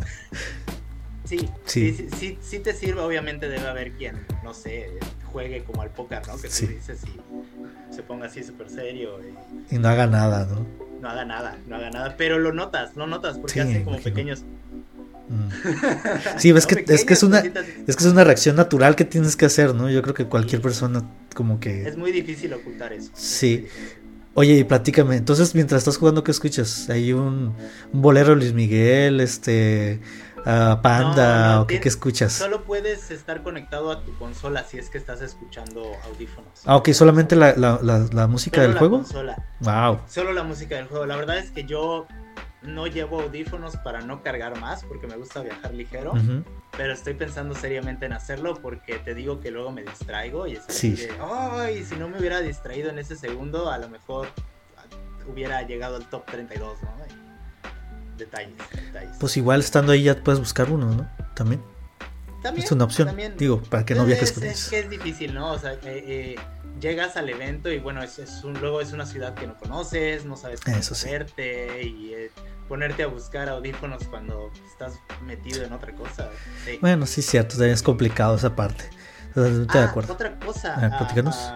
Sí te sirve. Obviamente debe haber quien, no sé, juegue como al póker, ¿no? Que tú dices y se ponga así súper serio y no haga nada, ¿no? No haga nada, pero lo notas porque hacen como pequeños... Sí, ves que es que es una reacción natural que tienes que hacer, ¿no? Yo creo que cualquier persona como que... Es muy difícil ocultar eso. Sí. Oye, y platícame, entonces mientras estás jugando, ¿qué escuchas? ¿Hay un bolero de Luis Miguel, Panda, o qué escuchas? Solo puedes estar conectado a tu consola si es que estás escuchando audífonos. Ok, solamente la música solo del juego. Consola. Wow. Solo la música del juego. La verdad es que yo no llevo audífonos para no cargar más porque me gusta viajar ligero. Pero estoy pensando seriamente en hacerlo porque te digo que luego me distraigo y es así de, ay, si no me hubiera distraído en ese segundo, a lo mejor hubiera llegado al top 32, ¿no? Detalles. Pues igual estando ahí ya puedes buscar uno, ¿no? También es una opción, digo, para que no viajes con ellos. Es que es difícil, ¿no? O sea, llegas al evento y bueno, luego es una ciudad que no conoces, no sabes cómo moverte y ponerte a buscar audífonos cuando estás metido en otra cosa. Sí. Bueno, sí, cierto, es complicado esa parte. Estoy de acuerdo. Otra cosa, platícanos.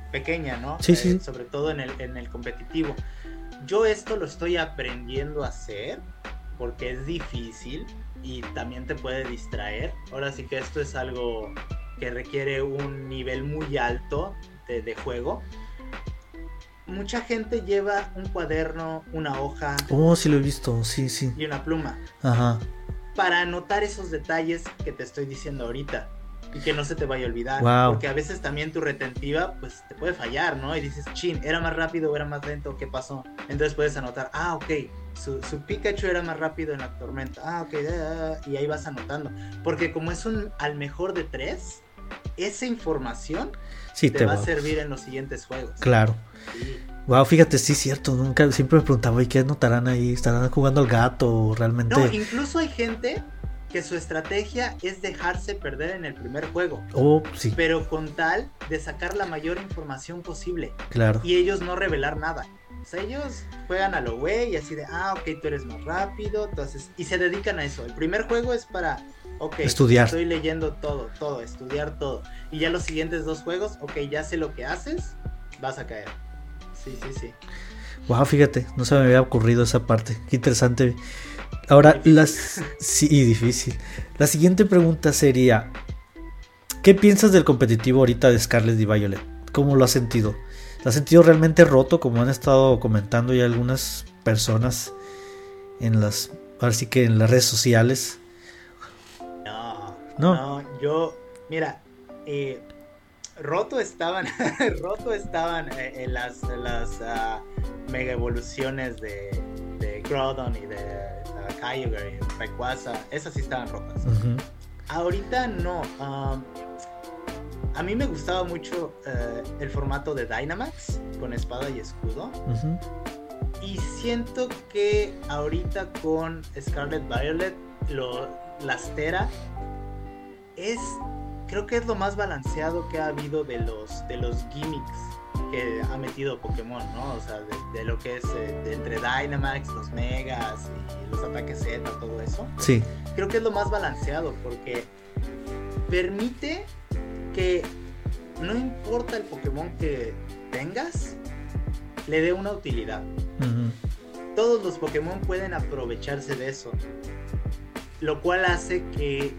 pequeña, ¿no? Sí, sí. Sobre todo en el competitivo. Yo esto lo estoy aprendiendo a hacer porque es difícil y también te puede distraer. Ahora sí que esto es algo que requiere un nivel muy alto de juego. Mucha gente lleva un cuaderno, una hoja. Oh, sí lo he visto, sí, sí. Y una pluma. Ajá. Para anotar esos detalles que te estoy diciendo ahorita. Y que no se te vaya a olvidar. Wow. Porque a veces también tu retentiva pues te puede fallar, ¿no? Y dices, chin, ¿era más rápido o era más lento? ¿Qué pasó? Entonces puedes anotar, ok, su Pikachu era más rápido en la tormenta. Ok, y ahí vas anotando. Porque como es al mejor de 3, esa información sí, te va a servir en los siguientes juegos. Claro. Sí. Wow, fíjate, sí, cierto. Siempre me preguntaba, ¿y qué anotarán ahí? ¿Estarán jugando al gato o realmente? No, incluso hay gente que su estrategia es dejarse perder en el primer juego. Oh, sí. Pero con tal de sacar la mayor información posible. Claro. Y ellos no revelar nada. O sea, ellos juegan a lo güey y así de, ok, tú eres más rápido. Entonces, y se dedican a eso. El primer juego es para, estudiar. Estoy leyendo todo, estudiar todo. Y ya los siguientes 2 juegos, ya sé lo que haces, vas a caer. Sí. Wow, fíjate, no se me había ocurrido esa parte. Qué interesante. Ahora, sí, difícil. La siguiente pregunta sería, ¿qué piensas del competitivo ahorita de Scarlet y Violet? ¿Cómo lo has sentido? ¿Lo has sentido realmente roto, como han estado comentando ya algunas personas ahora sí que en las redes sociales? No, yo, mira, roto estaban en las mega evoluciones de Groudon y de Kyogre y Rayquaza. Esas sí estaban rotas. Uh-huh. Ahorita no. A mí me gustaba mucho el formato de Dynamax con espada y escudo. Uh-huh. Y siento que ahorita con Scarlet Violet las Tera creo que es lo más balanceado que ha habido de los gimmicks que ha metido Pokémon, ¿no? O sea, de lo que es entre Dynamax, los Megas y los ataques Z, todo eso. Sí. Creo que es lo más balanceado porque permite que no importa el Pokémon que tengas, le dé una utilidad. Uh-huh. Todos los Pokémon pueden aprovecharse de eso, lo cual hace que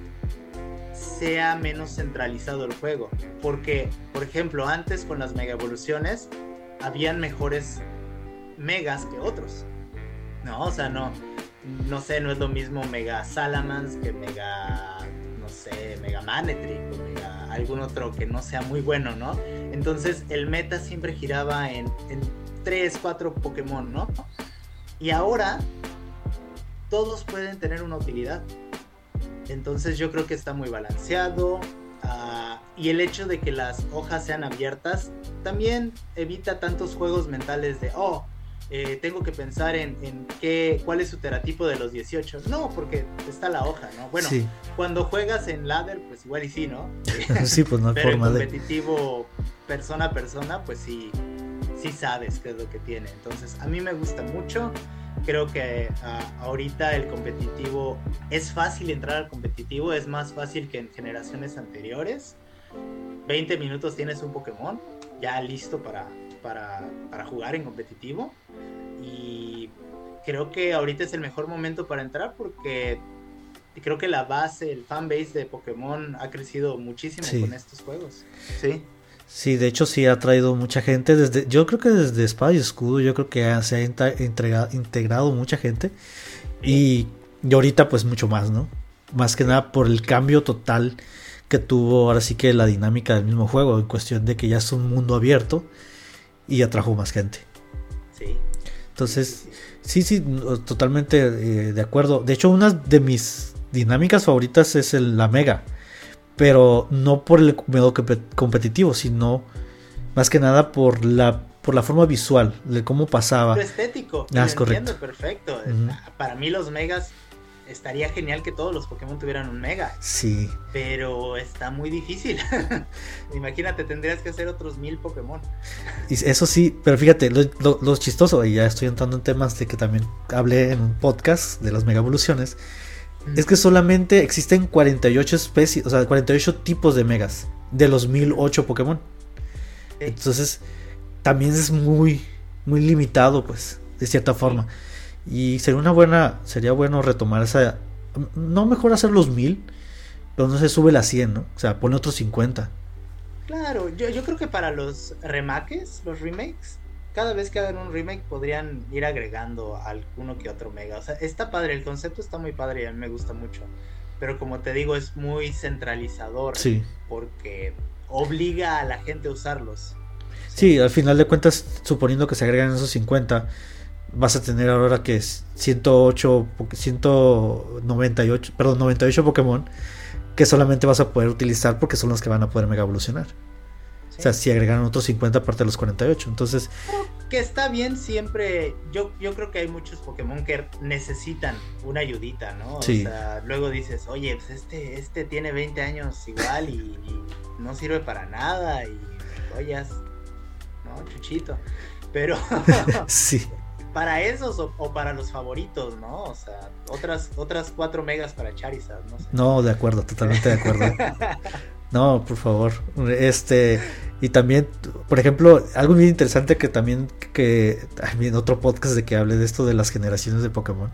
sea menos centralizado el juego, porque por ejemplo antes con las mega evoluciones habían mejores megas que otros, no, o sea, no sé, no es lo mismo Mega Salamence que Mega Manectric o Mega algún otro que no sea muy bueno, ¿no? Entonces el meta siempre giraba en 3, 4 Pokémon, ¿no? Y ahora todos pueden tener una utilidad. Entonces yo creo que está muy balanceado, y el hecho de que las hojas sean abiertas también evita tantos juegos mentales de tengo que pensar en cuál es su teratipo de los 18. No, porque está la hoja, ¿no? Bueno, sí. Cuando juegas en ladder, pues igual y sí, ¿no? Sí, pues no hay pero forma en competitivo persona a persona, pues sí sabes qué es lo que tiene. Entonces a mí me gusta mucho. Creo que ahorita el competitivo es fácil entrar al competitivo, es más fácil que en generaciones anteriores. 20 minutos tienes un Pokémon ya listo para jugar en competitivo, y creo que ahorita es el mejor momento para entrar porque creo que la base, el fanbase de Pokémon ha crecido muchísimo con estos juegos. Sí, de hecho sí ha traído mucha gente, yo creo que desde Espada y Escudo, yo creo que se ha integrado mucha gente, y ahorita pues mucho más, ¿no? Más que nada por el cambio total que tuvo ahora sí que la dinámica del mismo juego, en cuestión de que ya es un mundo abierto y atrajo más gente. Sí. Entonces, sí, totalmente de acuerdo. De hecho, una de mis dinámicas favoritas es la Mega. Pero no por el modo competitivo, sino más que nada por la forma visual, de cómo pasaba. Lo estético. Es correcto. Perfecto. Uh-huh. Para mí los Megas, estaría genial que todos los Pokémon tuvieran un Mega. Sí. Pero está muy difícil. Imagínate, tendrías que hacer otros 1000 Pokémon. Y eso sí, pero fíjate, lo chistoso, y ya estoy entrando en temas de que también hablé en un podcast de las Mega Evoluciones. Es que solamente existen 48 especies, o sea, 48 tipos de megas de los 1008 Pokémon. Entonces, también es muy, muy limitado, pues, de cierta forma. Y sería bueno retomar esa, no mejor hacer los 1000, pero no se sube a 100, ¿no? O sea, pone otros 50. Claro, yo creo que para los remakes, cada vez que hagan un remake podrían ir agregando alguno que otro mega. O sea, está padre, el concepto está muy padre y a mí me gusta mucho. Pero como te digo, es muy centralizador. Sí. Porque obliga a la gente a usarlos. Sí, al final de cuentas, suponiendo que se agregan esos 50, vas a tener ahora que es 98 Pokémon que solamente vas a poder utilizar porque son los que van a poder mega evolucionar. Sí. O sea, si agregaron otros 50 aparte de los 48, entonces... Que está bien siempre, yo creo que hay muchos Pokémon que necesitan una ayudita, ¿no? Sí. O sea, luego dices, oye, pues este tiene 20 años igual y no sirve para nada y joyas, ¿no? Chuchito. Pero... sí. Para esos o para los favoritos, ¿no? O sea, otras 4 megas para Charizard, no sé. No, de acuerdo, totalmente de acuerdo. No, por favor. Y también, por ejemplo, algo muy interesante que también en otro podcast de que hable de esto de las generaciones de Pokémon.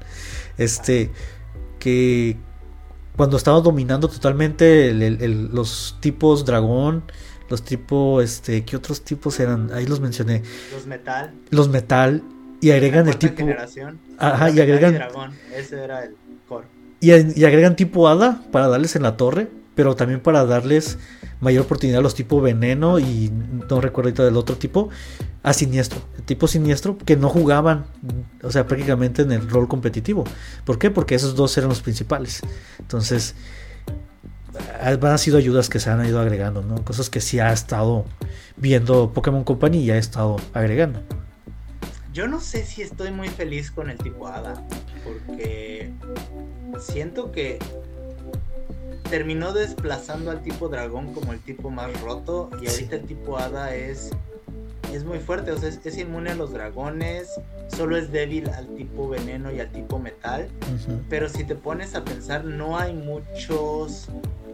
Que cuando estaba dominando totalmente los tipos dragón, los tipos, ¿qué otros tipos eran? Ahí los mencioné. Los metal. Y agregan el tipo generación. Ajá, y agregan dragón, ese era el core. Y agregan tipo hada para darles en la torre, pero también para darles mayor oportunidad a los tipo veneno y no recuerdo ahorita del otro tipo, a siniestro, el tipo siniestro que no jugaban, o sea, prácticamente en el rol competitivo. ¿Por qué? Porque esos dos eran los principales. Entonces, han sido ayudas que se han ido agregando, ¿no? Cosas que sí ha estado viendo Pokémon Company y ha estado agregando. Yo no sé si estoy muy feliz con el tipo hada, porque siento que terminó desplazando al tipo dragón como el tipo más roto y ahorita el tipo hada es muy fuerte, o sea, es inmune a los dragones, solo es débil al tipo veneno y al tipo metal, pero si te pones a pensar no hay muchos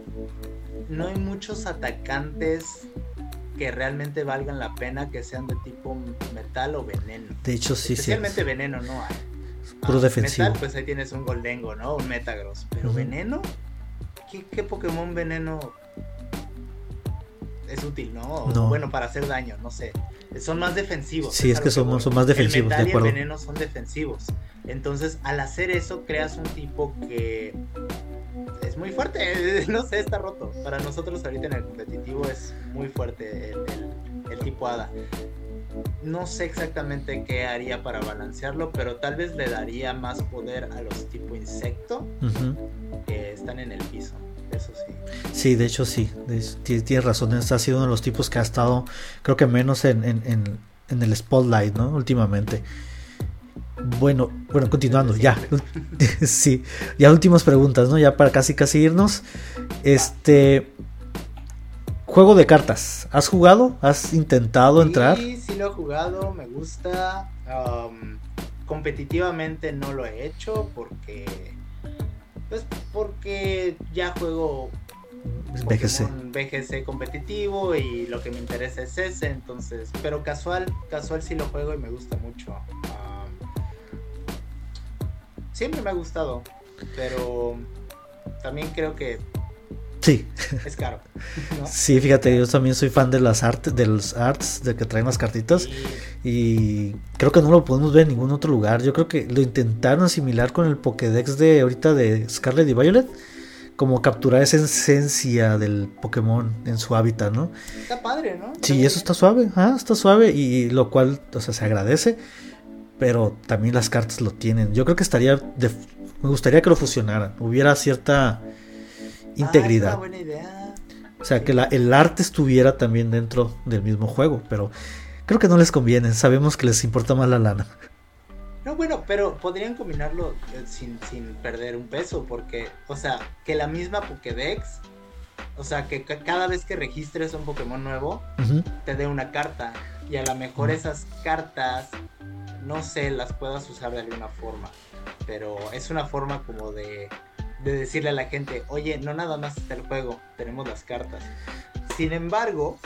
atacantes que realmente valgan la pena que sean de tipo metal o veneno. De hecho, sí, especialmente veneno no hay. Puro defensivo. Metal, pues ahí tienes un Goldengo, ¿no? Un Metagross. Pero veneno, ¿qué Pokémon veneno es útil, ¿no? No. Bueno, para hacer daño, no sé. Son más defensivos. Sí, es que son más defensivos, el metal de acuerdo. Y el veneno son defensivos. Entonces, al hacer eso, creas un tipo que es muy fuerte, no sé, está roto. Para nosotros ahorita en el competitivo es muy fuerte el tipo hada. No sé exactamente qué haría para balancearlo, pero tal vez le daría más poder a los tipo insecto que están en el piso. Eso sí. Sí, de hecho sí. Tienes razón. Este ha sido uno de los tipos que ha estado, creo que menos en el spotlight, ¿no? Últimamente. Bueno, continuando, ya. Sí, ya últimas preguntas, ¿no? Ya para casi irnos. Juego de cartas. ¿Has jugado? ¿Has intentado entrar? Sí, lo he jugado, me gusta. Competitivamente no lo he hecho porque ya juego BGC competitivo y lo que me interesa es ese, entonces, pero casual sí lo juego y me gusta mucho. Siempre me ha gustado, pero también creo que sí, es caro, ¿no? Sí, fíjate, yo también soy fan de los arts de que traen las cartitas, y creo que no lo podemos ver en ningún otro lugar. Yo creo que lo intentaron asimilar con el Pokédex de ahorita de Scarlet y Violet, como capturar esa esencia del Pokémon en su hábitat, ¿no? Está padre, ¿no? Sí, eso está suave, está suave, y lo cual, o sea, se agradece, pero también las cartas lo tienen. Yo creo que me gustaría que lo fusionaran, hubiera cierta integridad. Es una buena idea. O sea, que el arte estuviera también dentro del mismo juego, pero creo que no les conviene. Sabemos que les importa más la lana. No, bueno, pero podrían combinarlo sin perder un peso, porque, o sea, que la misma Pokédex, o sea, que cada vez que registres un Pokémon nuevo, te dé una carta, y a lo mejor esas cartas, no sé, las puedas usar de alguna forma, pero es una forma como de decirle a la gente, oye, no nada más está el juego, tenemos las cartas. Sin embargo,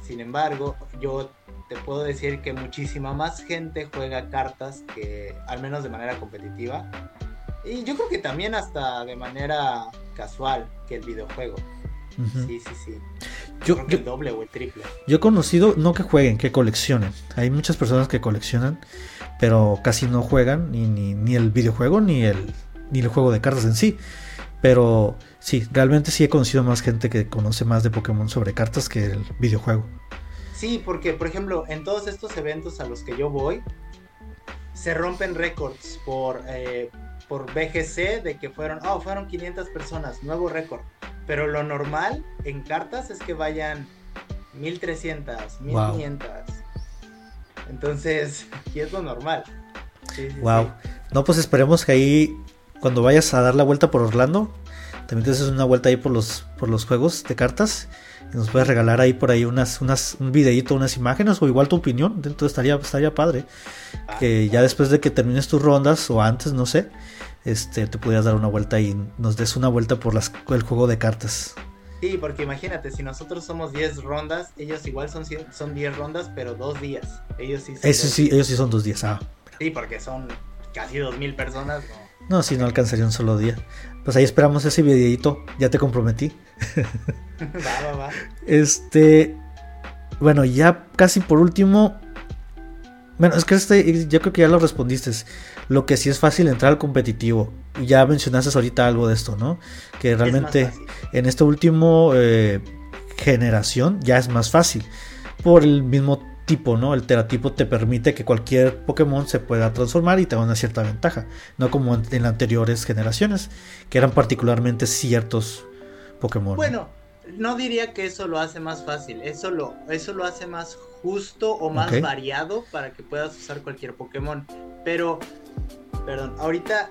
Sin embargo, yo te puedo decir que muchísima más gente juega cartas que, al menos de manera competitiva, y yo creo que también hasta de manera casual, que el videojuego. Uh-huh. Sí, sí, sí. Yo Creo que el doble o el triple. Yo he conocido, no que jueguen, que coleccionen. Hay muchas personas que coleccionan, pero casi no juegan ni el videojuego ni el juego de cartas en sí. Pero sí, realmente sí he conocido más gente que conoce más de Pokémon sobre cartas que el videojuego. Sí, porque por ejemplo, en todos estos eventos a los que yo voy, se rompen récords por BGC de que fueron 500 personas, nuevo récord. Pero lo normal en cartas es que vayan 1300, 1500. Wow. Entonces, aquí es lo normal. Sí, sí, wow. Sí. No, pues esperemos que ahí, cuando vayas a dar la vuelta por Orlando, también te haces una vuelta ahí por los juegos de cartas. Y nos puedes regalar ahí por ahí un videíto, unas imágenes, o igual tu opinión. Entonces estaría padre. Que ya después de que termines tus rondas, o antes, no sé, te pudieras dar una vuelta y nos des una vuelta por el juego de cartas. Sí, porque imagínate, si nosotros somos 10 rondas, ellos igual son 10 rondas, pero 2 días. Ellos sí son 2 días. Sí, porque son casi 2000 personas. No, sí, no alcanzaría un solo día. Pues ahí esperamos ese videito, ya te comprometí. Va. Bueno, ya casi por último. Bueno, es que yo creo que ya lo respondiste. Lo que sí es fácil entrar al competitivo. Ya mencionaste ahorita algo de esto, ¿no? Que realmente en este último generación ya es más fácil. Por el mismo tipo, ¿no? El teratipo te permite que cualquier Pokémon se pueda transformar y te da una cierta ventaja. No como en las anteriores generaciones, que eran particularmente ciertos Pokémon. Bueno, no diría que eso lo hace más fácil. Eso lo hace más justo o más variado para que puedas usar cualquier Pokémon. Pero, perdón, ahorita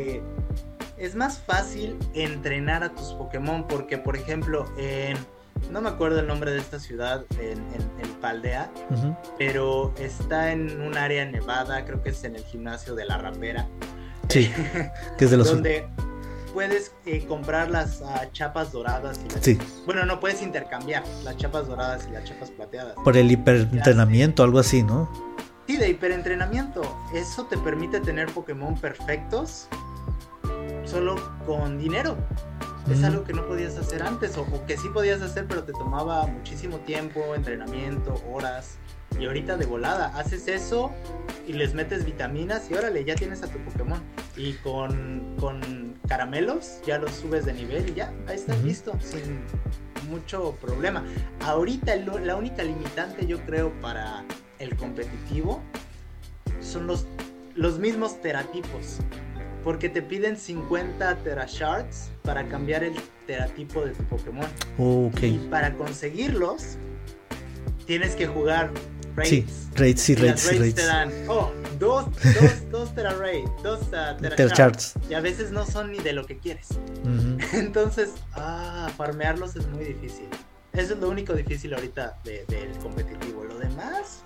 es más fácil entrenar a tus Pokémon porque, por ejemplo, no me acuerdo el nombre de esta ciudad en Paldea, uh-huh. Pero está en un área nevada, creo que es en el gimnasio de la Rapera. Sí, que es de los... donde puedes comprar las chapas doradas y bueno, no puedes intercambiar las chapas doradas y las chapas plateadas. Por el hiperentrenamiento, algo así, ¿no? Sí, de hiperentrenamiento. Eso te permite tener Pokémon perfectos solo con dinero. Es algo que no podías hacer antes, o que sí podías hacer, pero te tomaba muchísimo tiempo, entrenamiento, horas. Y ahorita de volada, haces eso y les metes vitaminas y órale, ya tienes a tu Pokémon. Y con caramelos ya los subes de nivel y ya, ahí estás listo, sin mucho problema. Ahorita la única limitante, yo creo, para el competitivo son los mismos teratipos. Porque te piden 50 Terashards para cambiar el teratipo de tu Pokémon. Okay. Y para conseguirlos, tienes que jugar raids. Sí, raids. Te dan, dos Tera-Raid, dos Terashards. Y a veces no son ni de lo que quieres. Uh-huh. Entonces, farmearlos es muy difícil. Eso es lo único difícil ahorita del competitivo. Lo demás,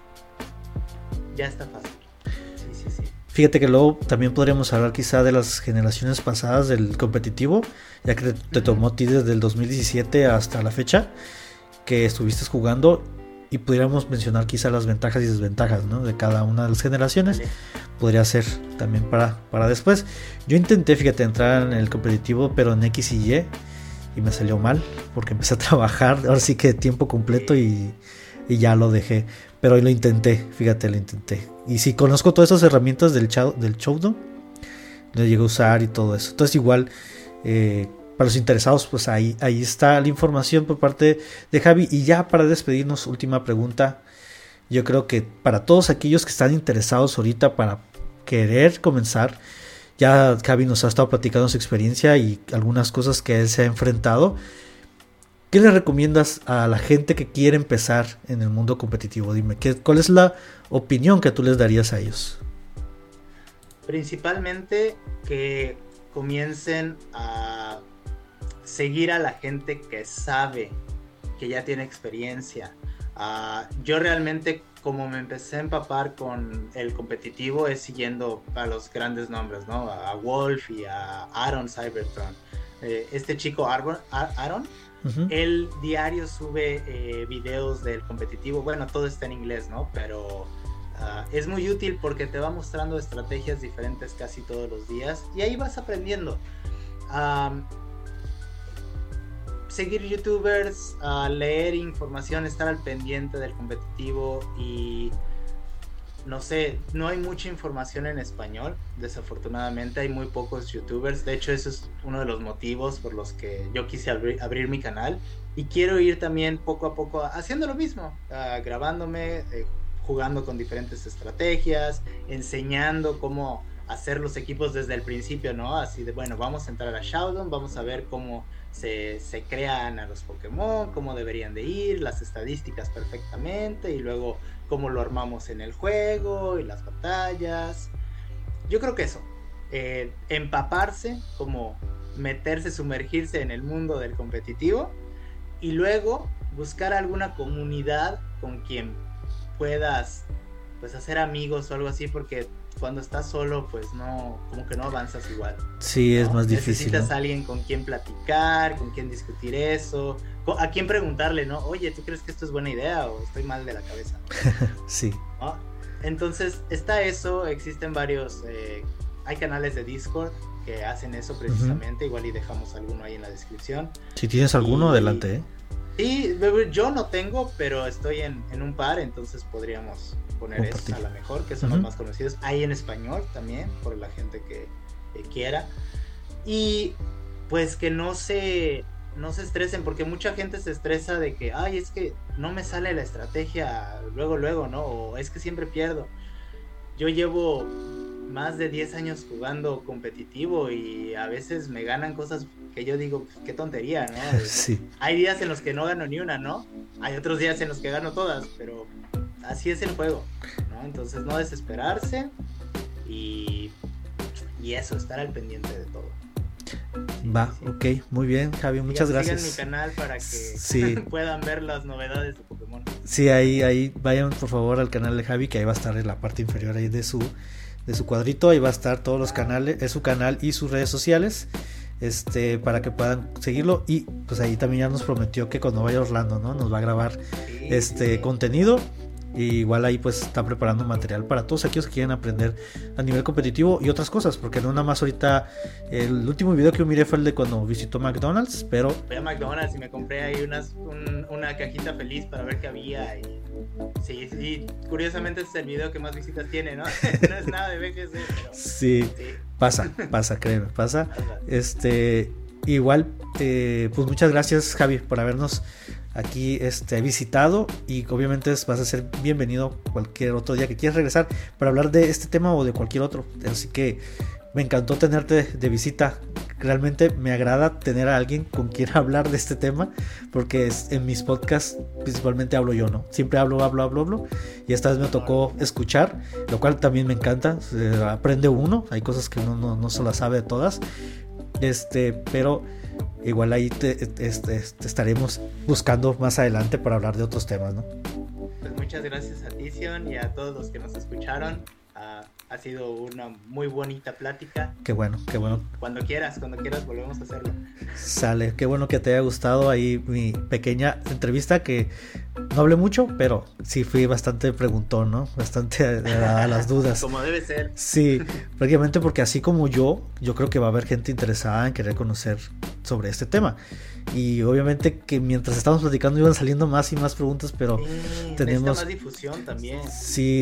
ya está fácil. Sí. Fíjate que luego también podríamos hablar quizá de las generaciones pasadas del competitivo, ya que te tomó a ti desde el 2017 hasta la fecha que estuviste jugando, y pudiéramos mencionar quizá las ventajas y desventajas, ¿no? De cada una de las generaciones. Vale. Podría ser también para después. Yo intenté, fíjate, entrar en el competitivo, pero en X y me salió mal, porque empecé a trabajar, ahora sí que tiempo completo y ya lo dejé. Pero lo intenté. Y sí, conozco todas esas herramientas del Showdown, lo llegué a usar y todo eso. Entonces igual, para los interesados, pues ahí está la información por parte de Javi. Y ya para despedirnos, última pregunta. Yo creo que para todos aquellos que están interesados ahorita para querer comenzar, ya Javi nos ha estado platicando su experiencia y algunas cosas que él se ha enfrentado. ¿Qué le recomiendas a la gente que quiere empezar en el mundo competitivo? Dime, ¿cuál es la opinión que tú les darías a ellos? Principalmente que comiencen a seguir a la gente que sabe, que ya tiene experiencia. Yo realmente, como me empecé a empapar con el competitivo, es siguiendo a los grandes nombres, ¿no? A Wolf y a Aaron Cybertron. este chico Aaron, él diario sube videos del competitivo. Bueno, todo está en inglés, ¿no? Pero es muy útil porque te va mostrando estrategias diferentes casi todos los días y ahí vas aprendiendo. Seguir youtubers, leer información, estar al pendiente del competitivo y no sé, no hay mucha información en español, desafortunadamente hay muy pocos youtubers. De hecho, eso es uno de los motivos por los que yo quise abrir mi canal y quiero ir también poco a poco haciendo lo mismo, grabándome, jugando con diferentes estrategias, enseñando cómo hacer los equipos desde el principio, ¿no? Así de, bueno, vamos a entrar a Showdown, vamos a ver cómo se crean a los Pokémon, cómo deberían de ir, las estadísticas perfectamente, y luego cómo lo armamos en el juego y las batallas. Yo creo que eso, empaparse, como meterse, sumergirse en el mundo del competitivo y luego buscar alguna comunidad con quien puedas pues hacer amigos o algo así, porque cuando estás solo pues no, como que no avanzas igual. Sí, ¿no? Es más difícil. Necesitas ¿no? a alguien con quien platicar, con quien discutir eso, a quien preguntarle, ¿no? Oye, ¿tú crees que esto es buena idea o estoy mal de la cabeza? Sí. ¿No? Entonces está eso, existen varios, hay canales de Discord que hacen eso precisamente, igual y dejamos alguno ahí en la descripción. Si tienes alguno, adelante, ¿eh? Sí, yo no tengo, pero estoy en un par, entonces podríamos poner eso a lo mejor, que son los más conocidos. Hay en español también, por la gente que quiera. Y pues que no se estresen, porque mucha gente se estresa de que, ay, es que no me sale la estrategia luego, ¿no? O es que siempre pierdo. Yo llevo más de 10 años jugando competitivo y a veces me ganan cosas que yo digo, pues, qué tontería, ¿no? Sí. Hay días en los que no gano ni una, ¿no? Hay otros días en los que gano todas, pero así es el juego, ¿no? Entonces no desesperarse y eso, estar al pendiente de todo. Va, sí. Ok, muy bien, Javi, muchas gracias. Sigan mi canal para que puedan ver las novedades de Pokémon. Sí, ahí vayan por favor al canal de Javi, que ahí va a estar en la parte inferior ahí de su cuadrito, ahí va a estar todos los canales, es su canal y sus redes sociales, para que puedan seguirlo. Y pues ahí también ya nos prometió que cuando vaya a Orlando, ¿no? Nos va a grabar contenido. Y igual ahí pues está preparando material para todos aquellos que quieren aprender a nivel competitivo y otras cosas, porque no nada más ahorita. El último video que yo miré fue el de cuando visitó McDonald's, pero fui a McDonald's y me compré ahí una cajita feliz para ver qué había. Y sí, curiosamente es el video que más visitas tiene, ¿no? No es nada de BGC, pero sí. Pasa, créeme, pasa. Igual pues muchas gracias, Javi, por habernos aquí visitado, y obviamente vas a ser bienvenido cualquier otro día que quieras regresar para hablar de este tema o de cualquier otro. Así que me encantó tenerte de visita. Realmente me agrada tener a alguien con quien hablar de este tema, porque en mis podcasts principalmente hablo yo, ¿no? Siempre hablo, y esta vez me tocó escuchar, lo cual también me encanta. Aprende uno, hay cosas que uno no se las sabe de todas, pero igual ahí te estaremos buscando más adelante para hablar de otros temas, ¿no? Pues muchas gracias a ti, Sion, y a todos los que nos escucharon. Ha sido una muy bonita plática. Qué bueno. Cuando quieras volvemos a hacerlo. Sale, qué bueno que te haya gustado ahí mi pequeña entrevista, que no hablé mucho, pero sí fui bastante preguntón, ¿no? Bastante a las dudas. Como debe ser. Sí, prácticamente porque así como yo creo que va a haber gente interesada en querer conocer sobre este tema. Y obviamente que mientras estamos platicando iban saliendo más y más preguntas, pero tenemos más difusión también. Sí,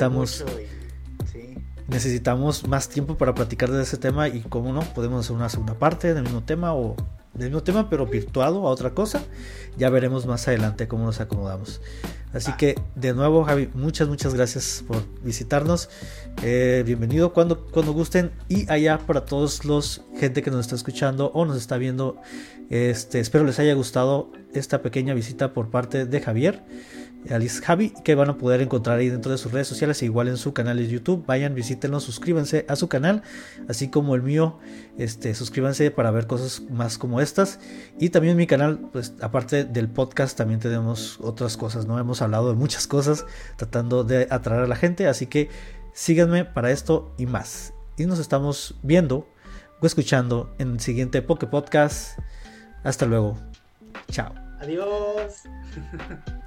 necesitamos más tiempo para platicar de ese tema, y cómo no, podemos hacer una segunda parte del mismo tema pero virtuado a otra cosa. Ya veremos más adelante cómo nos acomodamos. Así que de nuevo, Javi, muchas gracias por visitarnos. Bienvenido cuando gusten, y allá para todos los gente que nos está escuchando o nos está viendo, espero les haya gustado esta pequeña visita por parte de Javier, alias Javi, que van a poder encontrar ahí dentro de sus redes sociales, e igual en su canal de YouTube. Vayan, visítenlo, suscríbanse a su canal, así como el mío. Suscríbanse para ver cosas más como estas. Y también mi canal, pues aparte del podcast, también tenemos otras cosas, ¿no? Hemos hablado de muchas cosas tratando de atraer a la gente, así que síganme para esto y más. Y nos estamos viendo escuchando en el siguiente Poké Podcast. Hasta luego. Chao. Adiós.